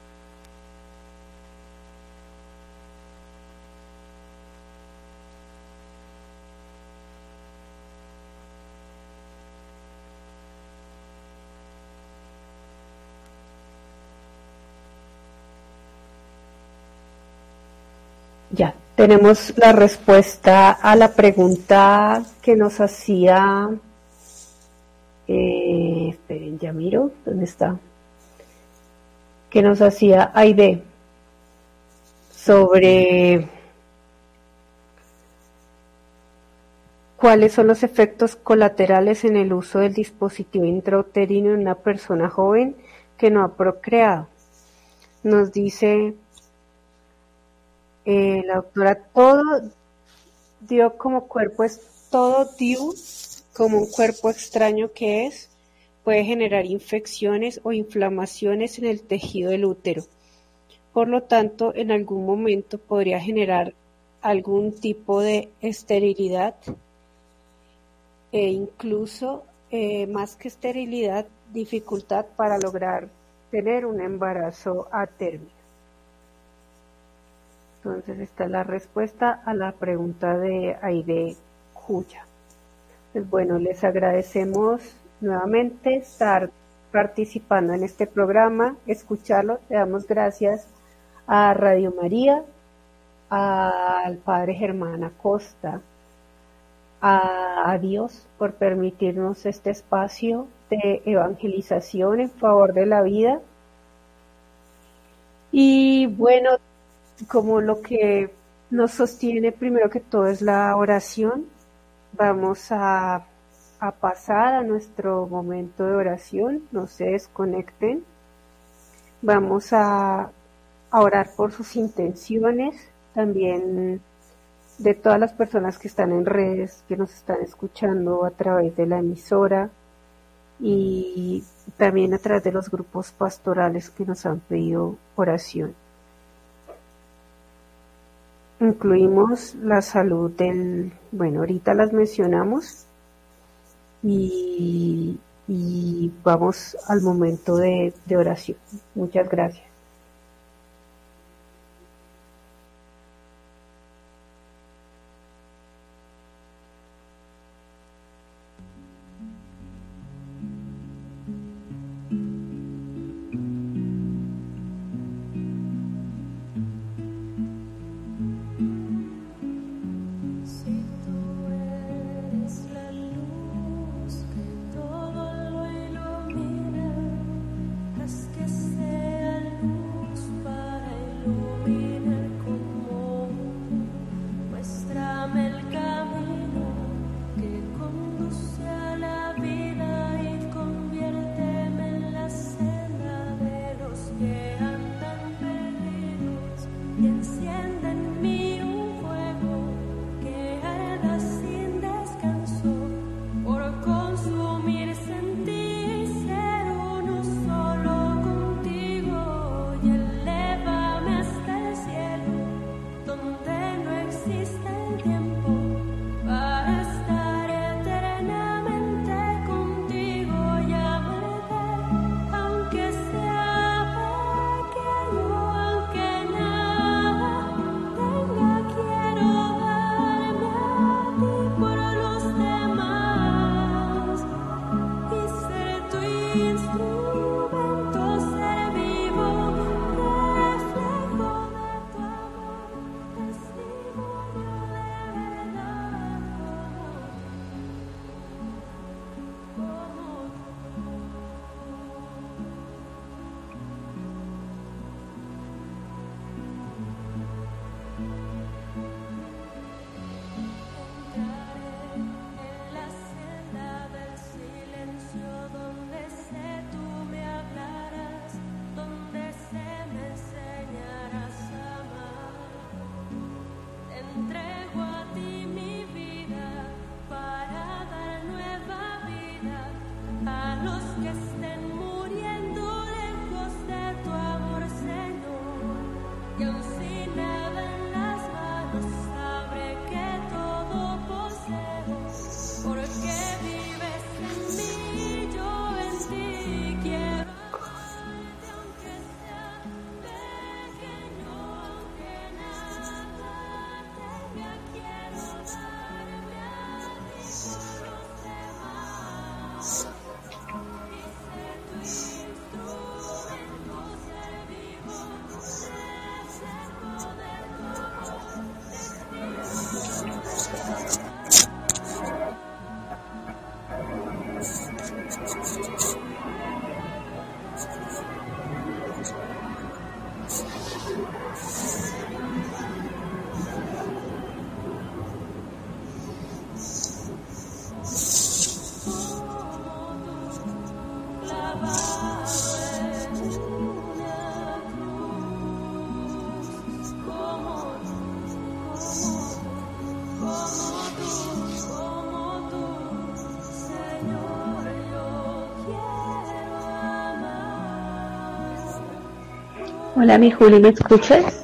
Ya, tenemos la respuesta a la pregunta que nos hacía, esperen, ya miro, ¿dónde está? Que nos hacía Aide sobre cuáles son los efectos colaterales en el uso del dispositivo intrauterino en una persona joven que no ha procreado. Nos dice la doctora, todo dio como cuerpo es todo dio como un cuerpo extraño que es, puede generar infecciones o inflamaciones en el tejido del útero. Por lo tanto, en algún momento podría generar algún tipo de esterilidad e incluso, más que esterilidad, dificultad para lograr tener un embarazo a término. Entonces, esta es la respuesta a la pregunta de Aide Cuya. Pues bueno, les agradecemos nuevamente estar participando en este programa, escucharlo. Le damos gracias a Radio María, al Padre Germán Acosta, a Dios por permitirnos este espacio de evangelización en favor de la vida. Y bueno, como lo que Nos sostiene primero que todo es la oración. Vamos a pasar a nuestro momento de oración, no se desconecten. Vamos a orar por sus intenciones, también de todas las personas que están en redes, que nos están escuchando a través de la emisora y también a través de los grupos pastorales que nos han pedido oración. Incluimos la salud ahorita las mencionamos y vamos al momento de oración. Muchas gracias. Hola, mi Juli, ¿me escuchas?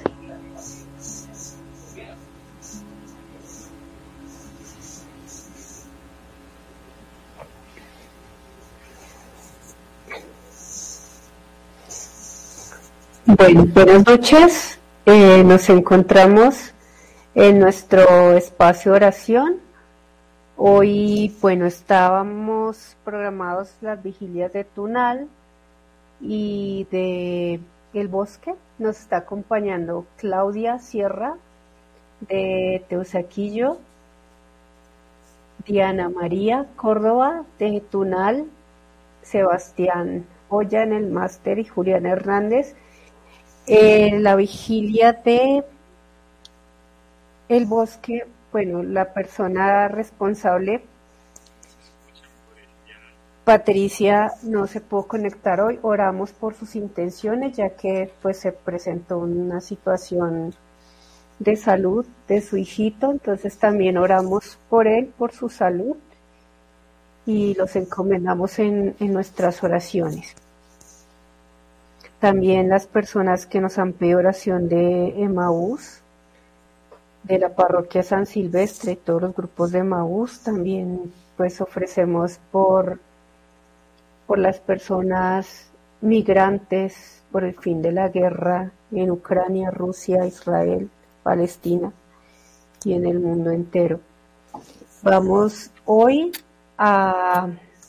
Bueno, buenas noches. Nos encontramos en nuestro espacio de oración. Hoy, estábamos programados las vigilias de Tunal y de El Bosque. Nos está acompañando Claudia Sierra de Teusaquillo, Diana María Córdoba de Tunal, Sebastián Oya en el máster y Julián Hernández. La vigilia de el bosque, bueno, la persona responsable, Patricia, no se pudo conectar hoy. Oramos por sus intenciones, ya que pues se presentó una situación de salud de su hijito, entonces también oramos por él, por su salud, y los encomendamos en nuestras oraciones. También las personas que nos han pedido oración de Emaús, de la parroquia San Silvestre, todos los grupos de Emaús, también pues ofrecemos por las personas migrantes, por el fin de la guerra en Ucrania, Rusia, Israel, Palestina y en el mundo entero. Vamos hoy a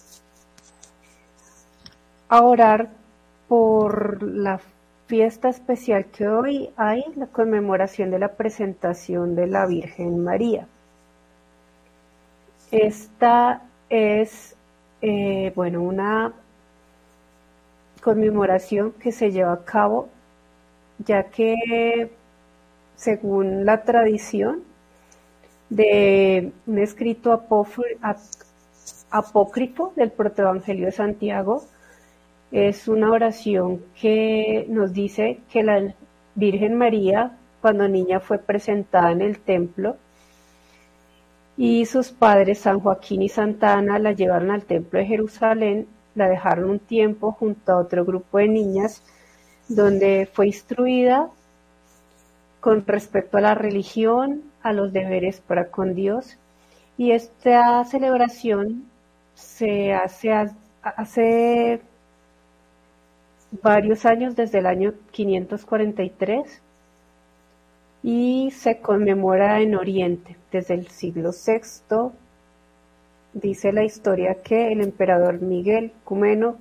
orar por la fiesta especial que hoy hay, la conmemoración de la presentación de la Virgen María. Esta es una conmemoración que se lleva a cabo ya que según la tradición de un escrito apócrifo del protoevangelio de Santiago, es una oración que nos dice que la Virgen María, cuando niña, fue presentada en el templo y sus padres, San Joaquín y Santa Ana, la llevaron al templo de Jerusalén, la dejaron un tiempo junto a otro grupo de niñas, donde fue instruida con respecto a la religión, a los deberes para con Dios, y esta celebración se hace varios años, desde el año 543, y se conmemora en Oriente desde el siglo VI. Dice la historia que el emperador Miguel Comneno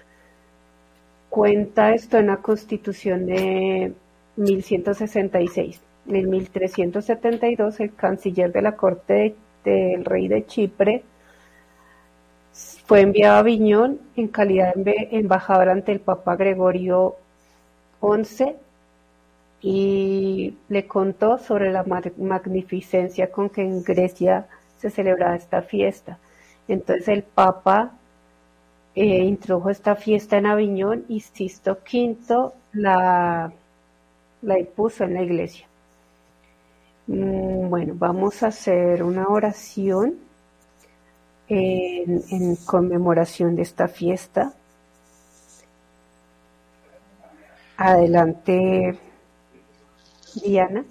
cuenta esto en la Constitución de 1166. En 1372, el canciller de la corte del rey de Chipre fue enviado a Aviñón en calidad de embajador ante el Papa Gregorio XI y le contó sobre la magnificencia con que en Grecia se celebraba esta fiesta. Entonces el Papa introdujo esta fiesta en Aviñón y Sixto V la impuso en la iglesia. Bueno, vamos a hacer una oración en conmemoración de esta fiesta. Adelante, Diana.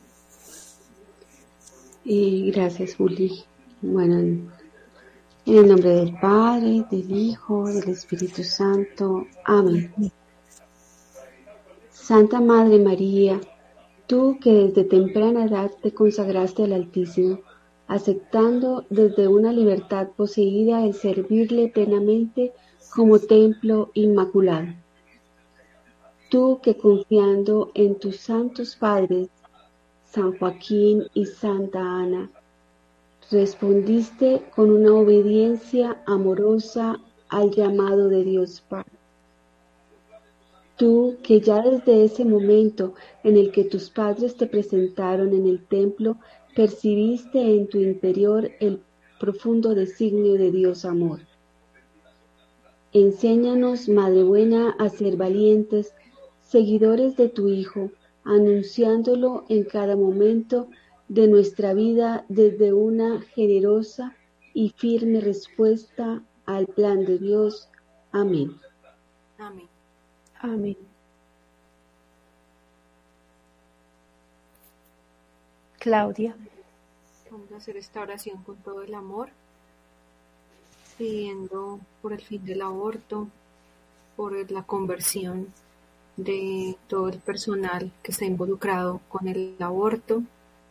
Y gracias, Juli. Bueno, en el nombre del Padre, del Hijo, del Espíritu Santo. Amén. Santa Madre María, tú que desde temprana edad te consagraste al Altísimo, aceptando desde una libertad poseída el servirle plenamente como templo inmaculado. Tú que confiando en tus santos padres, San Joaquín y Santa Ana, respondiste con una obediencia amorosa al llamado de Dios Padre. Tú que ya desde ese momento en el que tus padres te presentaron en el templo, percibiste en tu interior el profundo designio de Dios amor. Enséñanos, Madre Buena, a ser valientes, seguidores de tu Hijo, anunciándolo en cada momento de nuestra vida desde una generosa y firme respuesta al plan de Dios. Amén. Amén. Amén. Claudia. Vamos a hacer esta oración con todo el amor, pidiendo por el fin del aborto, por la conversión de todo el personal que está involucrado con el aborto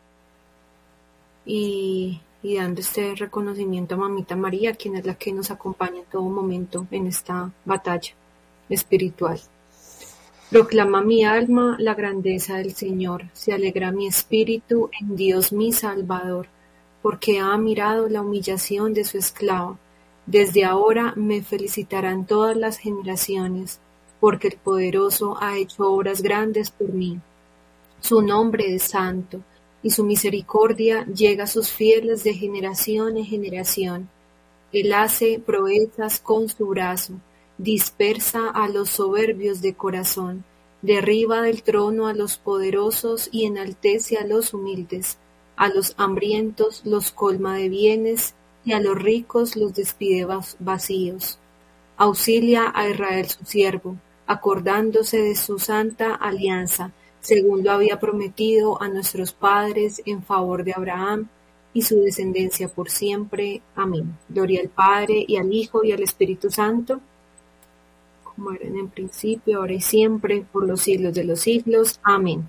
y dando este reconocimiento a Mamita María, quien es la que nos acompaña en todo momento en esta batalla espiritual. Proclama mi alma la grandeza del Señor, se alegra mi espíritu en Dios mi Salvador, porque ha mirado la humillación de su esclava. Desde ahora me felicitarán todas las generaciones, porque el Poderoso ha hecho obras grandes por mí. Su nombre es santo. y su misericordia llega a sus fieles de generación en generación. Él hace proezas con su brazo, dispersa a los soberbios de corazón, derriba del trono a los poderosos y enaltece a los humildes. A los hambrientos los colma de bienes y a los ricos los despide vacíos. Auxilia a Israel su siervo, acordándose de su santa alianza, según lo había prometido a nuestros padres en favor de Abraham y su descendencia por siempre. Amén. Gloria al Padre, y al Hijo, y al Espíritu Santo, como era en el principio, ahora y siempre, por los siglos de los siglos. Amén.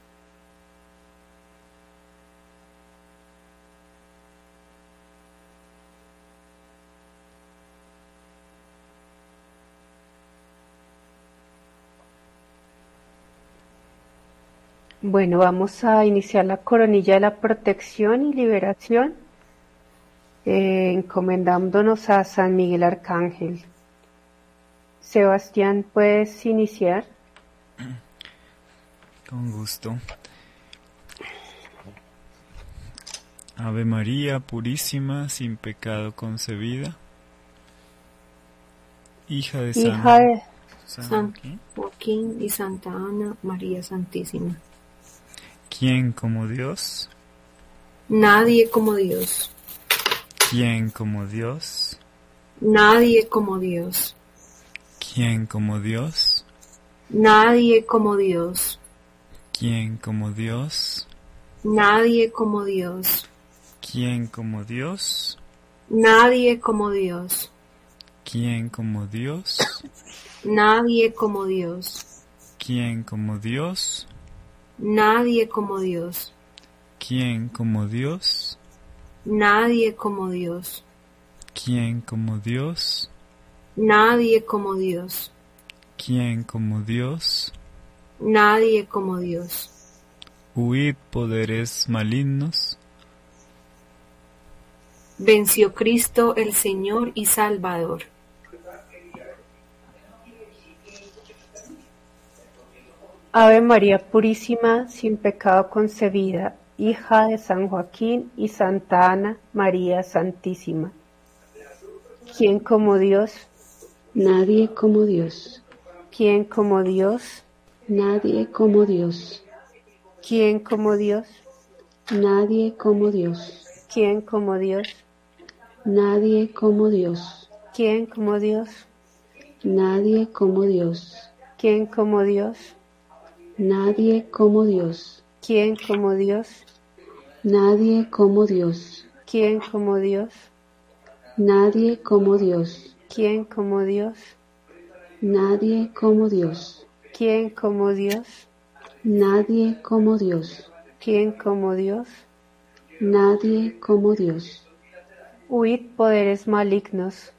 Bueno, vamos a iniciar la coronilla de la protección y liberación, encomendándonos a San Miguel Arcángel. Sebastián, ¿puedes iniciar? Con gusto. Ave María Purísima, sin pecado concebida, hija de San Joaquín y Santa Ana María Santísima. ¿Quién como Dios? Nadie como Dios. ¿Quién como Dios? Nadie como Dios. ¿Quién como Dios? Nadie como Dios. ¿Quién como Dios? Nadie como Dios. ¿Quién como Dios? Nadie como Dios. ¿Quién como Dios? Nadie como Dios. ¿Quién como Dios? Nadie como Dios. ¿Quién como Dios? Nadie como Dios. ¿Quién como Dios? Nadie como Dios. ¿Quién como Dios? Nadie como Dios. Huid poderes malignos. Venció Cristo el Señor y Salvador. Ave María Purísima, sin pecado concebida, hija de San Joaquín y Santa Ana María Santísima. ¿Quién como Dios? Nadie como Dios. ¿Quién como Dios? Nadie como Dios. ¿Quién como Dios? Nadie como Dios. ¿Quién como Dios? Nadie como Dios. ¿Quién como Dios? Nadie como Dios. ¿Quién como Dios? Nadie como Dios. ¿Quién como Dios? Nadie como Dios. ¿Quién como Dios? Nadie como Dios. ¿Quién como Dios? Nadie como Dios. ¿Quién como Dios? Nadie como Dios. ¿Quién como Dios? Nadie como Dios. Huid poderes malignos.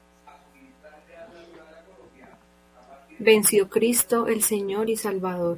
Venció Cristo el Señor y Salvador.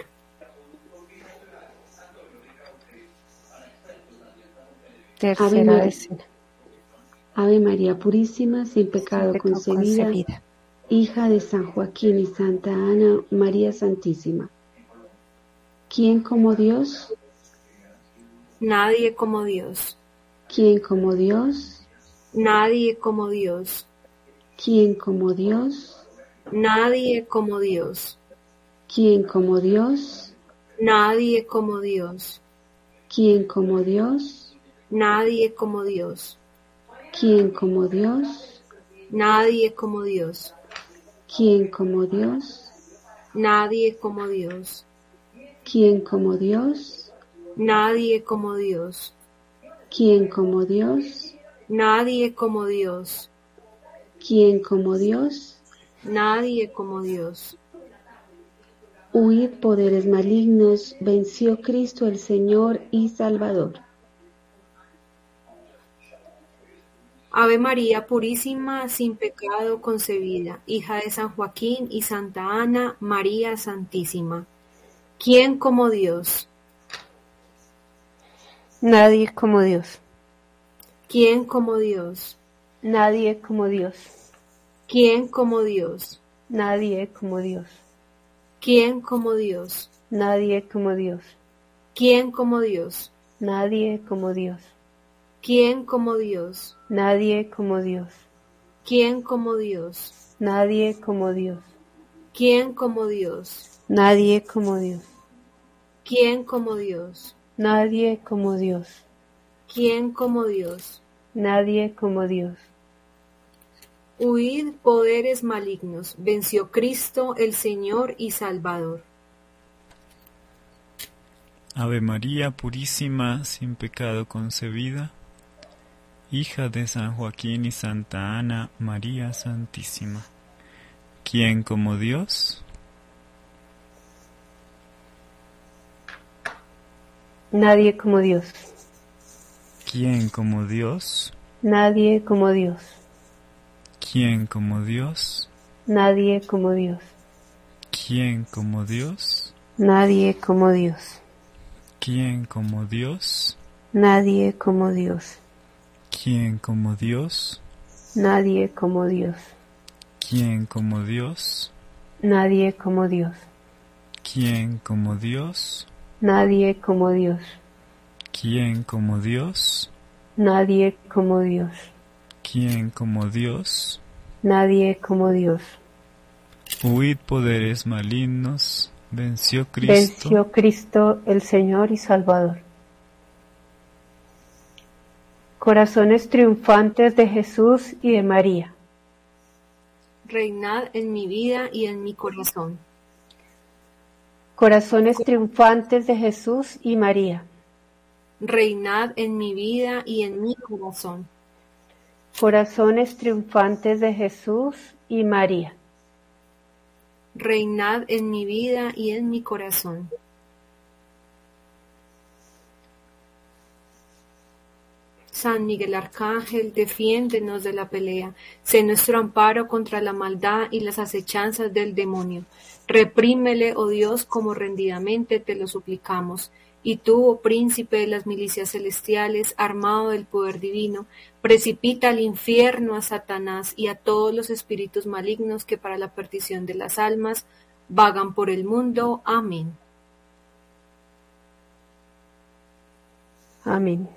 Tercera escena. Ave María Purísima, sin pecado concebida, hija de San Joaquín y Santa Ana María Santísima. ¿Quién como Dios? Nadie como Dios. ¿Quién como Dios? Nadie como Dios. ¿Quién como Dios? Nadie como Dios. ¿Quién como Dios? Nadie como Dios. ¿Quién como Dios? Nadie como Dios. ¿Quién como Dios? Nadie como Dios. ¿Quién como Dios? Nadie como Dios. ¿Quién como Dios? Nadie como Dios. ¿Quién como Dios? Nadie como Dios. ¿Quién como Dios? Nadie como Dios. Huid poderes malignos, venció Cristo el Señor y Salvador. Ave María Purísima, sin pecado concebida, hija de San Joaquín y Santa Ana María Santísima. ¿Quién como Dios? Nadie como Dios. ¿Quién como Dios? Nadie como Dios. ¿Quién como Dios? Nadie como Dios. ¿Quién como Dios? Nadie como Dios. ¿Quién como Dios? Nadie como Dios. ¿Quién como Dios? Nadie como Dios. ¿Quién como Dios? Nadie como Dios. ¿Quién como Dios? Nadie como Dios. ¿Quién como Dios? Nadie como Dios. ¿Quién como Dios? Nadie como Dios. Huid poderes malignos, venció Cristo el Señor y Salvador. Ave María Purísima, sin pecado concebida, hija de San Joaquín y Santa Ana, María Santísima. ¿Quién como Dios? Nadie como Dios. ¿Quién como Dios? Nadie como Dios. ¿Quién como Dios? Nadie como Dios. ¿Quién como Dios? Nadie como Dios. ¿Quién como Dios? Nadie como Dios. ¿Quién como Dios? Nadie como Dios. ¿Quién como Dios? Nadie como Dios. ¿Quién como Dios? Nadie como Dios. ¿Quién como Dios? Nadie como Dios. ¿Quién como Dios? Nadie como Dios. Huid poderes malignos, venció Cristo. Venció Cristo el Señor y Salvador. Corazones triunfantes de Jesús y de María. Reinad en mi vida y en mi corazón. Corazones triunfantes de Jesús y María. Reinad en mi vida y en mi corazón. Corazones triunfantes de Jesús y María. Reinad en mi vida y en mi corazón. San Miguel Arcángel, defiéndenos de la pelea. Sé nuestro amparo contra la maldad y las acechanzas del demonio. Reprímele, oh Dios, como rendidamente te lo suplicamos. Y tú, oh príncipe de las milicias celestiales, armado del poder divino, precipita al infierno a Satanás y a todos los espíritus malignos que para la perdición de las almas vagan por el mundo. Amén. Amén.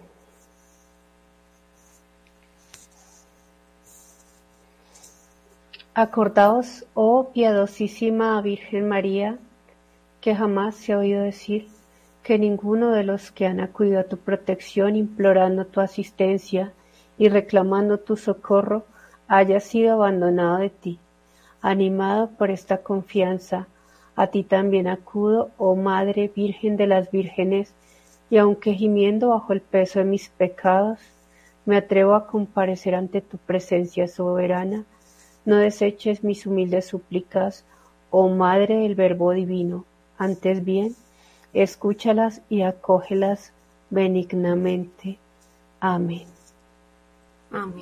Acordaos, oh piadosísima Virgen María, que jamás se ha oído decir que ninguno de los que han acudido a tu protección implorando tu asistencia y reclamando tu socorro haya sido abandonado de ti. Animado por esta confianza, a ti también acudo, oh Madre Virgen de las Vírgenes, y aunque gimiendo bajo el peso de mis pecados, me atrevo a comparecer ante tu presencia soberana. No deseches mis humildes súplicas, oh Madre del Verbo Divino, antes bien, escúchalas y acógelas benignamente. Amén. Amén.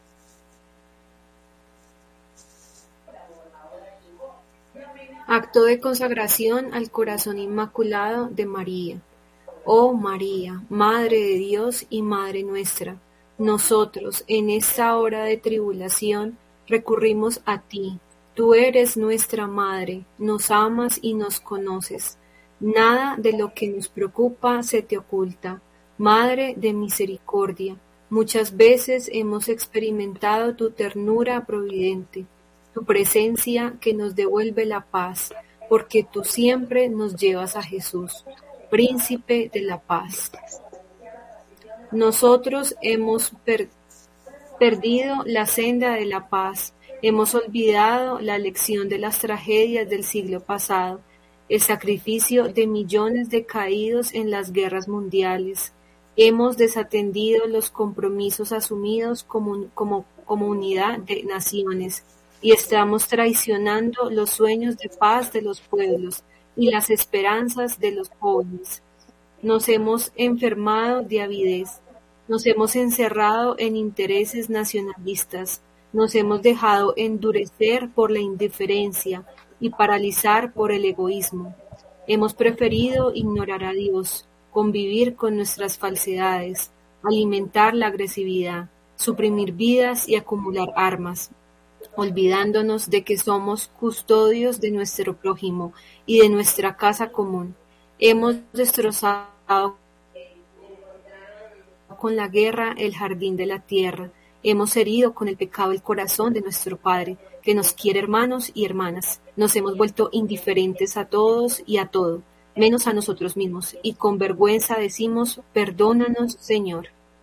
Acto de consagración al corazón inmaculado de María. Oh María, Madre de Dios y Madre nuestra, nosotros en esta hora de tribulación recurrimos a ti. Tú eres nuestra Madre, nos amas y nos conoces. Nada de lo que nos preocupa se te oculta. Madre de misericordia, muchas veces hemos experimentado tu ternura providente, tu presencia que nos devuelve la paz, porque tú siempre nos llevas a Jesús, Príncipe de la paz. Nosotros hemos perdido la senda de la paz, hemos olvidado la lección de las tragedias del siglo pasado, el sacrificio de millones de caídos en las guerras mundiales. Hemos desatendido los compromisos asumidos como comunidad de naciones y estamos traicionando los sueños de paz de los pueblos y las esperanzas de los jóvenes. Nos hemos enfermado de avidez, nos hemos encerrado en intereses nacionalistas, nos hemos dejado endurecer por la indiferencia y paralizar por el egoísmo. Hemos preferido ignorar a Dios, convivir con nuestras falsedades, alimentar la agresividad, suprimir vidas y acumular armas, olvidándonos de que somos custodios de nuestro prójimo y de nuestra casa común. Hemos destrozado con la guerra el jardín de la tierra. Hemos herido con el pecado el corazón de nuestro Padre, que nos quiere hermanos y hermanas. Nos hemos vuelto indiferentes a todos y a todo, menos a nosotros mismos, y con vergüenza decimos, perdónanos, Señor.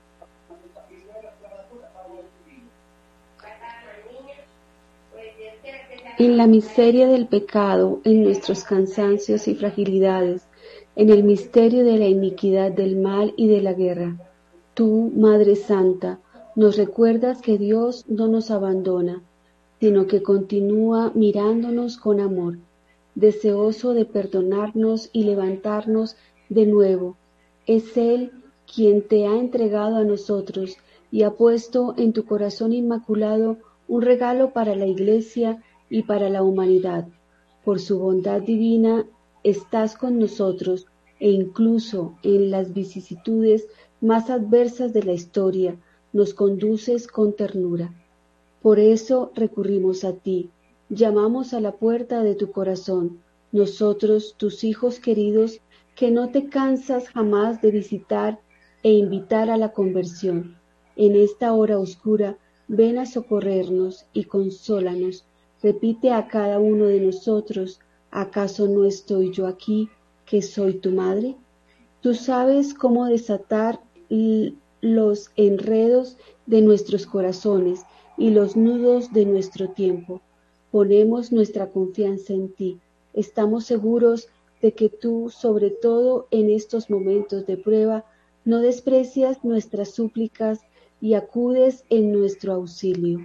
En la miseria del pecado, en nuestros cansancios y fragilidades, en el misterio de la iniquidad del mal y de la guerra, tú, Madre Santa, nos recuerdas que Dios no nos abandona, sino que continúa mirándonos con amor, deseoso de perdonarnos y levantarnos de nuevo. Es Él quien te ha entregado a nosotros y ha puesto en tu corazón inmaculado un regalo para la Iglesia y para la humanidad. Por su bondad divina estás con nosotros e incluso en las vicisitudes más adversas de la historia nos conduces con ternura. Por eso recurrimos a ti, llamamos a la puerta de tu corazón, nosotros, tus hijos queridos, que no te cansas jamás de visitar e invitar a la conversión. En esta hora oscura, ven a socorrernos y consólanos. Repite a cada uno de nosotros, ¿acaso no estoy yo aquí, que soy tu madre? Tú sabes cómo desatar los enredos de nuestros corazones y los nudos de nuestro tiempo. Ponemos nuestra confianza en ti. Estamos seguros de que tú, sobre todo en estos momentos de prueba, no desprecias nuestras súplicas y acudes en nuestro auxilio.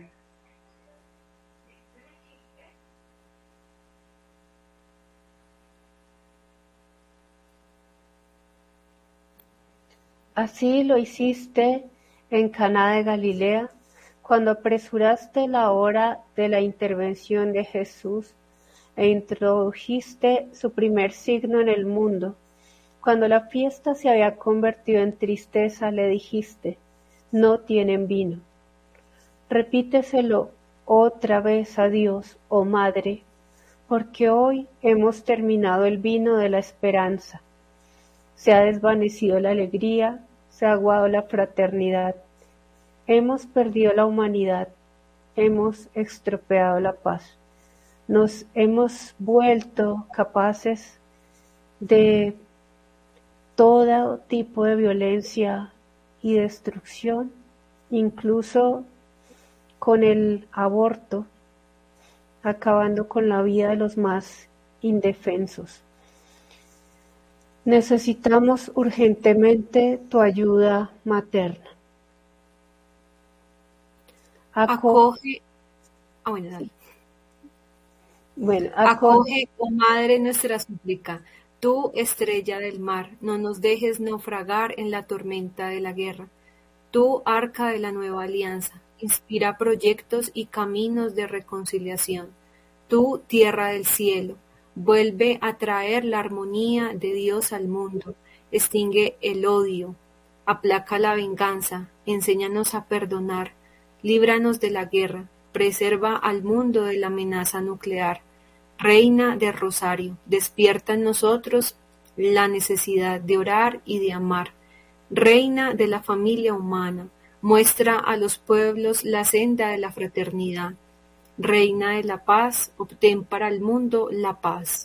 Así lo hiciste en Caná de Galilea, cuando apresuraste la hora de la intervención de Jesús e introdujiste su primer signo en el mundo. Cuando la fiesta se había convertido en tristeza, le dijiste, no tienen vino. Repíteselo otra vez a Dios, oh Madre, porque hoy hemos terminado el vino de la esperanza. Se ha desvanecido la alegría, se ha aguado la fraternidad. Hemos perdido la humanidad, hemos estropeado la paz. Nos hemos vuelto capaces de todo tipo de violencia y destrucción, incluso con el aborto, acabando con la vida de los más indefensos. Necesitamos urgentemente tu ayuda materna. Acoge, acoge, oh Madre, nuestra súplica. Tú, estrella del mar, no nos dejes naufragar en la tormenta de la guerra. Tú, arca de la nueva alianza, inspira proyectos y caminos de reconciliación. Tú, tierra del cielo, vuelve a traer la armonía de Dios al mundo, extingue el odio, aplaca la venganza, enséñanos a perdonar, líbranos de la guerra, preserva al mundo de la amenaza nuclear. Reina del Rosario, despierta en nosotros la necesidad de orar y de amar. Reina de la familia humana, muestra a los pueblos la senda de la fraternidad. Reina de la paz, obtén para el mundo la paz.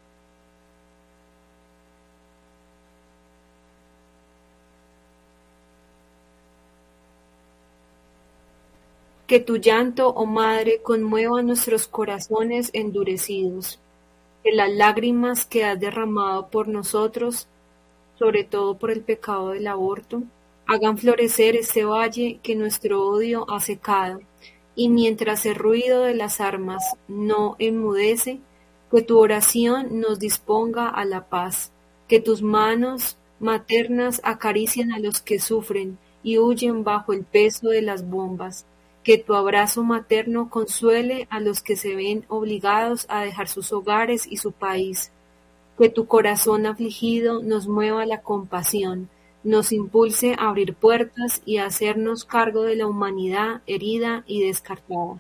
Que tu llanto, oh Madre, conmueva nuestros corazones endurecidos. Que las lágrimas que has derramado por nosotros, sobre todo por el pecado del aborto, hagan florecer este valle que nuestro odio ha secado. Y mientras el ruido de las armas no enmudece, que tu oración nos disponga a la paz. Que tus manos maternas acaricien a los que sufren y huyen bajo el peso de las bombas. Que tu abrazo materno consuele a los que se ven obligados a dejar sus hogares y su país. Que tu corazón afligido nos mueva la compasión, nos impulse a abrir puertas y a hacernos cargo de la humanidad herida y descartada.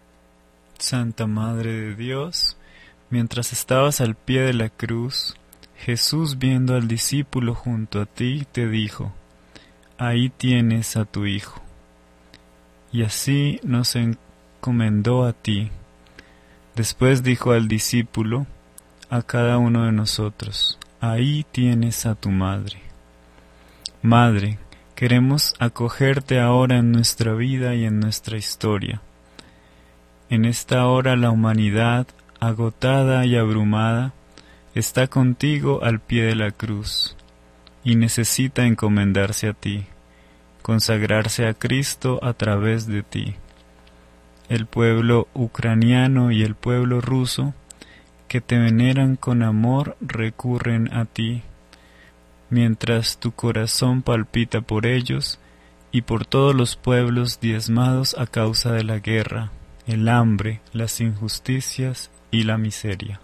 Santa Madre de Dios, mientras estabas al pie de la cruz, Jesús, viendo al discípulo junto a ti, te dijo: ahí tienes a tu hijo. Y así nos encomendó a ti. Después dijo al discípulo, a cada uno de nosotros: ahí tienes a tu madre. Madre, queremos acogerte ahora en nuestra vida y en nuestra historia. En esta hora la humanidad, agotada y abrumada, está contigo al pie de la cruz y necesita encomendarse a ti, consagrarse a Cristo a través de ti. El pueblo ucraniano y el pueblo ruso, que te veneran con amor, recurren a ti, mientras tu corazón palpita por ellos y por todos los pueblos diezmados a causa de la guerra, el hambre, las injusticias y la miseria.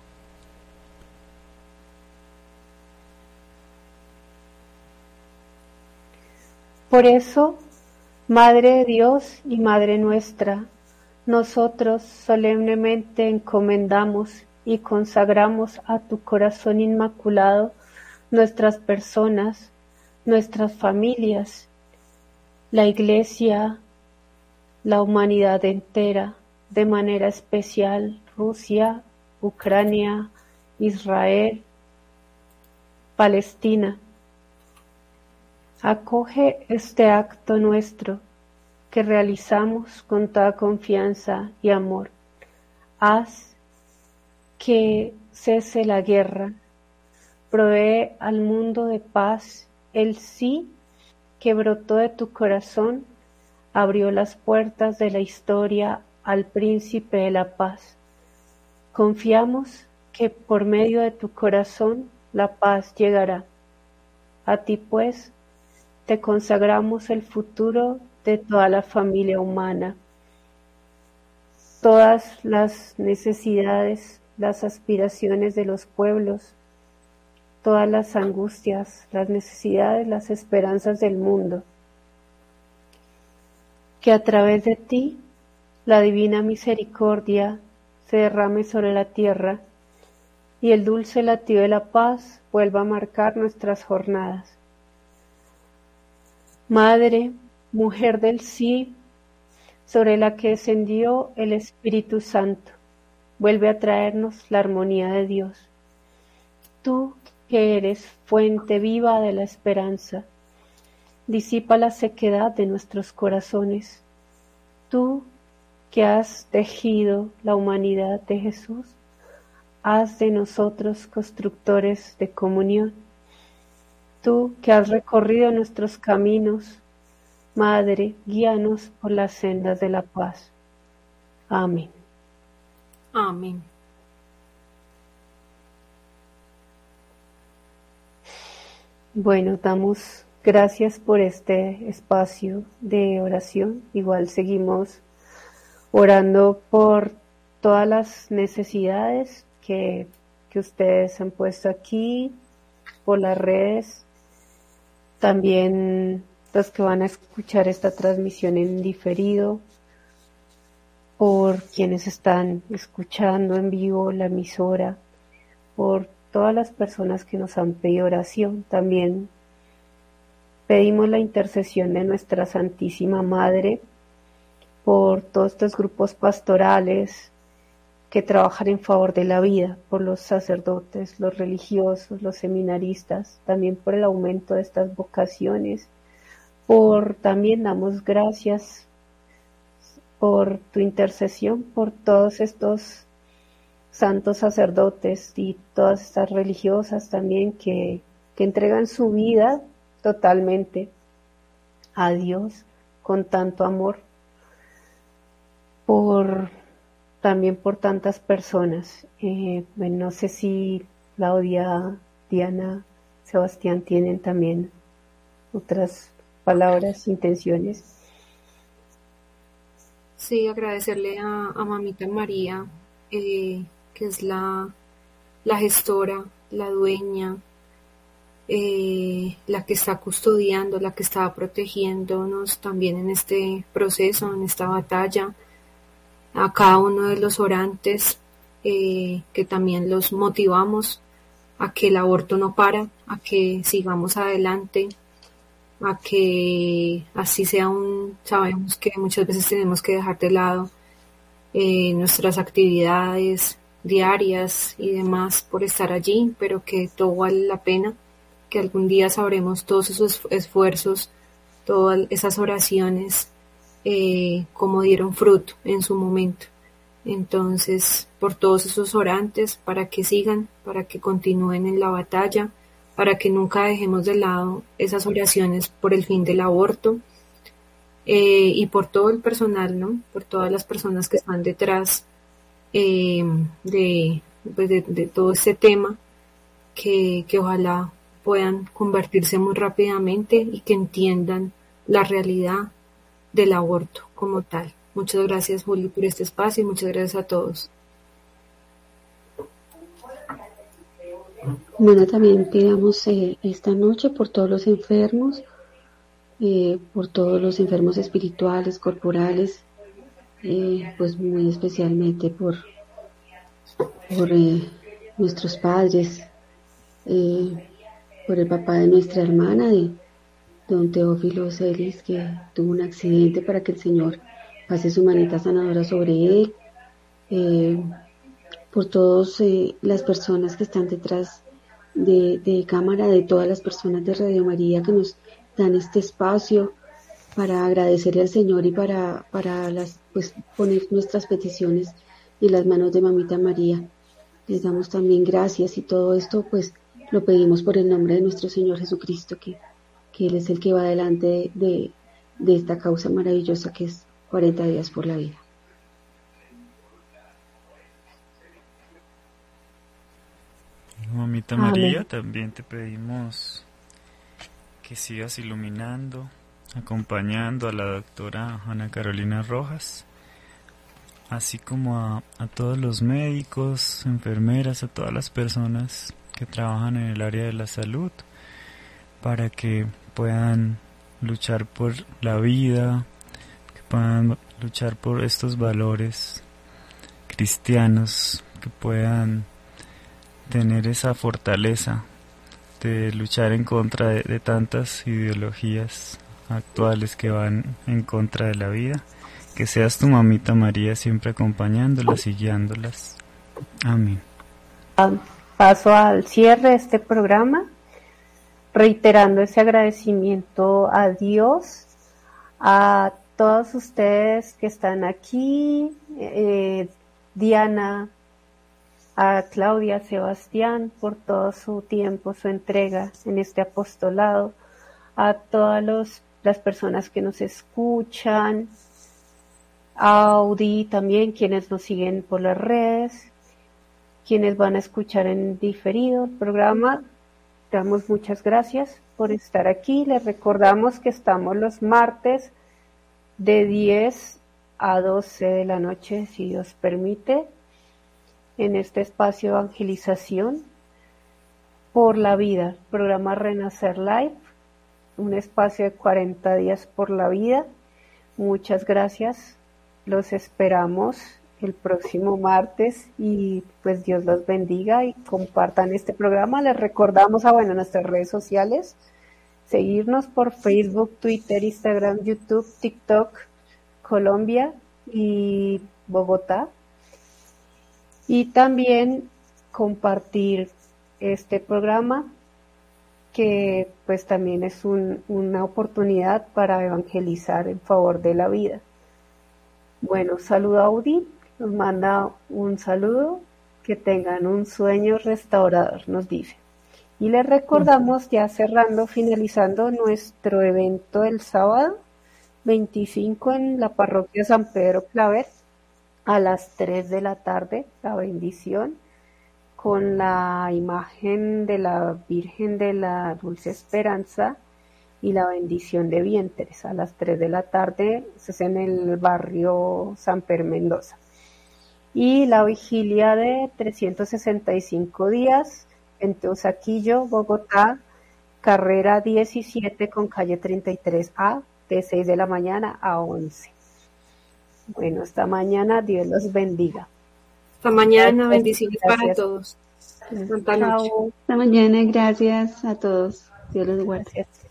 Por eso, Madre de Dios y Madre nuestra, nosotros solemnemente encomendamos y consagramos a tu corazón inmaculado nuestras personas, nuestras familias, la Iglesia, la humanidad entera, de manera especial Rusia, Ucrania, Israel, Palestina. Acoge este acto nuestro que realizamos con toda confianza y amor. Haz que cese la guerra. Provee al mundo de paz. El sí que brotó de tu corazón abrió las puertas de la historia al príncipe de la paz. Confiamos que por medio de tu corazón la paz llegará. A ti pues te consagramos el futuro de toda la familia humana. Todas las necesidades, las aspiraciones de los pueblos, todas las angustias, las necesidades, las esperanzas del mundo. Que a través de ti la divina misericordia se derrame sobre la tierra y el dulce latido de la paz vuelva a marcar nuestras jornadas. Madre, mujer del sí, sobre la que descendió el Espíritu Santo, vuelve a traernos la armonía de Dios. Tú que eres fuente viva de la esperanza, disipa la sequedad de nuestros corazones. Tú que has tejido la humanidad de Jesús, haz de nosotros constructores de comunión. Tú que has recorrido nuestros caminos, Madre, guíanos por las sendas de la paz. Amén. Amén. Bueno, damos gracias por este espacio de oración. Igual seguimos orando por todas las necesidades que ustedes han puesto aquí, por las redes. También los que van a escuchar esta transmisión en diferido, por quienes están escuchando en vivo la emisora, por todas las personas que nos han pedido oración. También pedimos la intercesión de nuestra Santísima Madre por todos estos grupos pastorales que trabajan en favor de la vida, por los sacerdotes, los religiosos, los seminaristas, también por el aumento de estas vocaciones. También damos gracias por tu intercesión, por todos estos santos sacerdotes y todas estas religiosas también que entregan su vida totalmente a Dios con tanto amor, también por tantas personas. No sé si Claudia, Diana, Sebastián tienen también otras palabras, intenciones. Sí, agradecerle a Mamita María, que es la gestora, la dueña, la que está custodiando, la que está protegiéndonos también en este proceso, en esta batalla, a cada uno de los orantes, que también los motivamos a que el aborto no para, a que sigamos adelante, a que así sea sabemos que muchas veces tenemos que dejar de lado nuestras actividades diarias y demás por estar allí, pero que todo vale la pena, que algún día sabremos todos esos esfuerzos, todas esas oraciones, como dieron fruto en su momento. Entonces, por todos esos orantes, para que sigan, para que continúen en la batalla, para que nunca dejemos de lado esas oraciones por el fin del aborto, y por todo el personal, ¿no? Por todas las personas que están detrás de todo este tema, que ojalá puedan convertirse muy rápidamente y que entiendan la realidad del aborto como tal. Muchas gracias, Juli, por este espacio y muchas gracias a todos. Bueno, también pidamos esta noche por todos los enfermos, por todos los enfermos espirituales, corporales, pues muy especialmente por nuestros padres, por el papá de nuestra hermana, de don Teófilo Celis, que tuvo un accidente, para que el Señor pase su manita sanadora sobre él, por todas las personas que están detrás de cámara, de todas las personas de Radio María que nos dan este espacio para agradecerle al Señor y para pues poner nuestras peticiones en las manos de Mamita María. Les damos también gracias, y todo esto pues lo pedimos por el nombre de nuestro Señor Jesucristo, que Él es el que va delante de esta causa maravillosa que es 40 días por la vida. Mamita Amén. María, también te pedimos que sigas iluminando, acompañando a la doctora Ana Carolina Rojas, así como a todos los médicos, enfermeras, a todas las personas que trabajan en el área de la salud, para que puedan luchar por la vida, que puedan luchar por estos valores cristianos, que puedan tener esa fortaleza de luchar en contra de tantas ideologías actuales que van en contra de la vida. Que seas tu Mamita María siempre acompañándolas y guiándolas. Amén. Paso al cierre de este programa, reiterando ese agradecimiento a Dios, a todos ustedes que están aquí, Diana, a Claudia, Sebastián, por todo su tiempo, su entrega en este apostolado, a todas las personas que nos escuchan, a Audi también, quienes nos siguen por las redes, quienes van a escuchar en diferido el programa. Damos muchas gracias por estar aquí. Les recordamos que estamos los martes de 10 a 12 de la noche, si Dios permite, en este espacio de evangelización por la vida, programa Renacer Live, un espacio de 40 días por la vida. Muchas gracias, los esperamos el próximo martes y pues Dios los bendiga y compartan este programa. Les recordamos nuestras redes sociales, seguirnos por Facebook, Twitter, Instagram, YouTube, TikTok, Colombia y Bogotá. Y también compartir este programa, que pues también es una oportunidad para evangelizar en favor de la vida. Bueno, saludo a Audi, nos manda un saludo, que tengan un sueño restaurador, nos dice. Y les recordamos, ya cerrando, finalizando nuestro evento del sábado 25 en la parroquia San Pedro Claver, a las 3 de la tarde, la bendición con la imagen de la Virgen de la Dulce Esperanza y la bendición de vientres a las 3 de la tarde, eso es en el barrio San Pedro Mendoza. Y la vigilia de 365 días en Teusaquillo, Bogotá, carrera 17 con calle 33A, de 6 de la mañana a 11. Bueno, hasta mañana, Dios los bendiga. Hasta mañana, bendiciones para todos. Santa noche. Hasta mañana, gracias a todos. Dios los guarde. Gracias.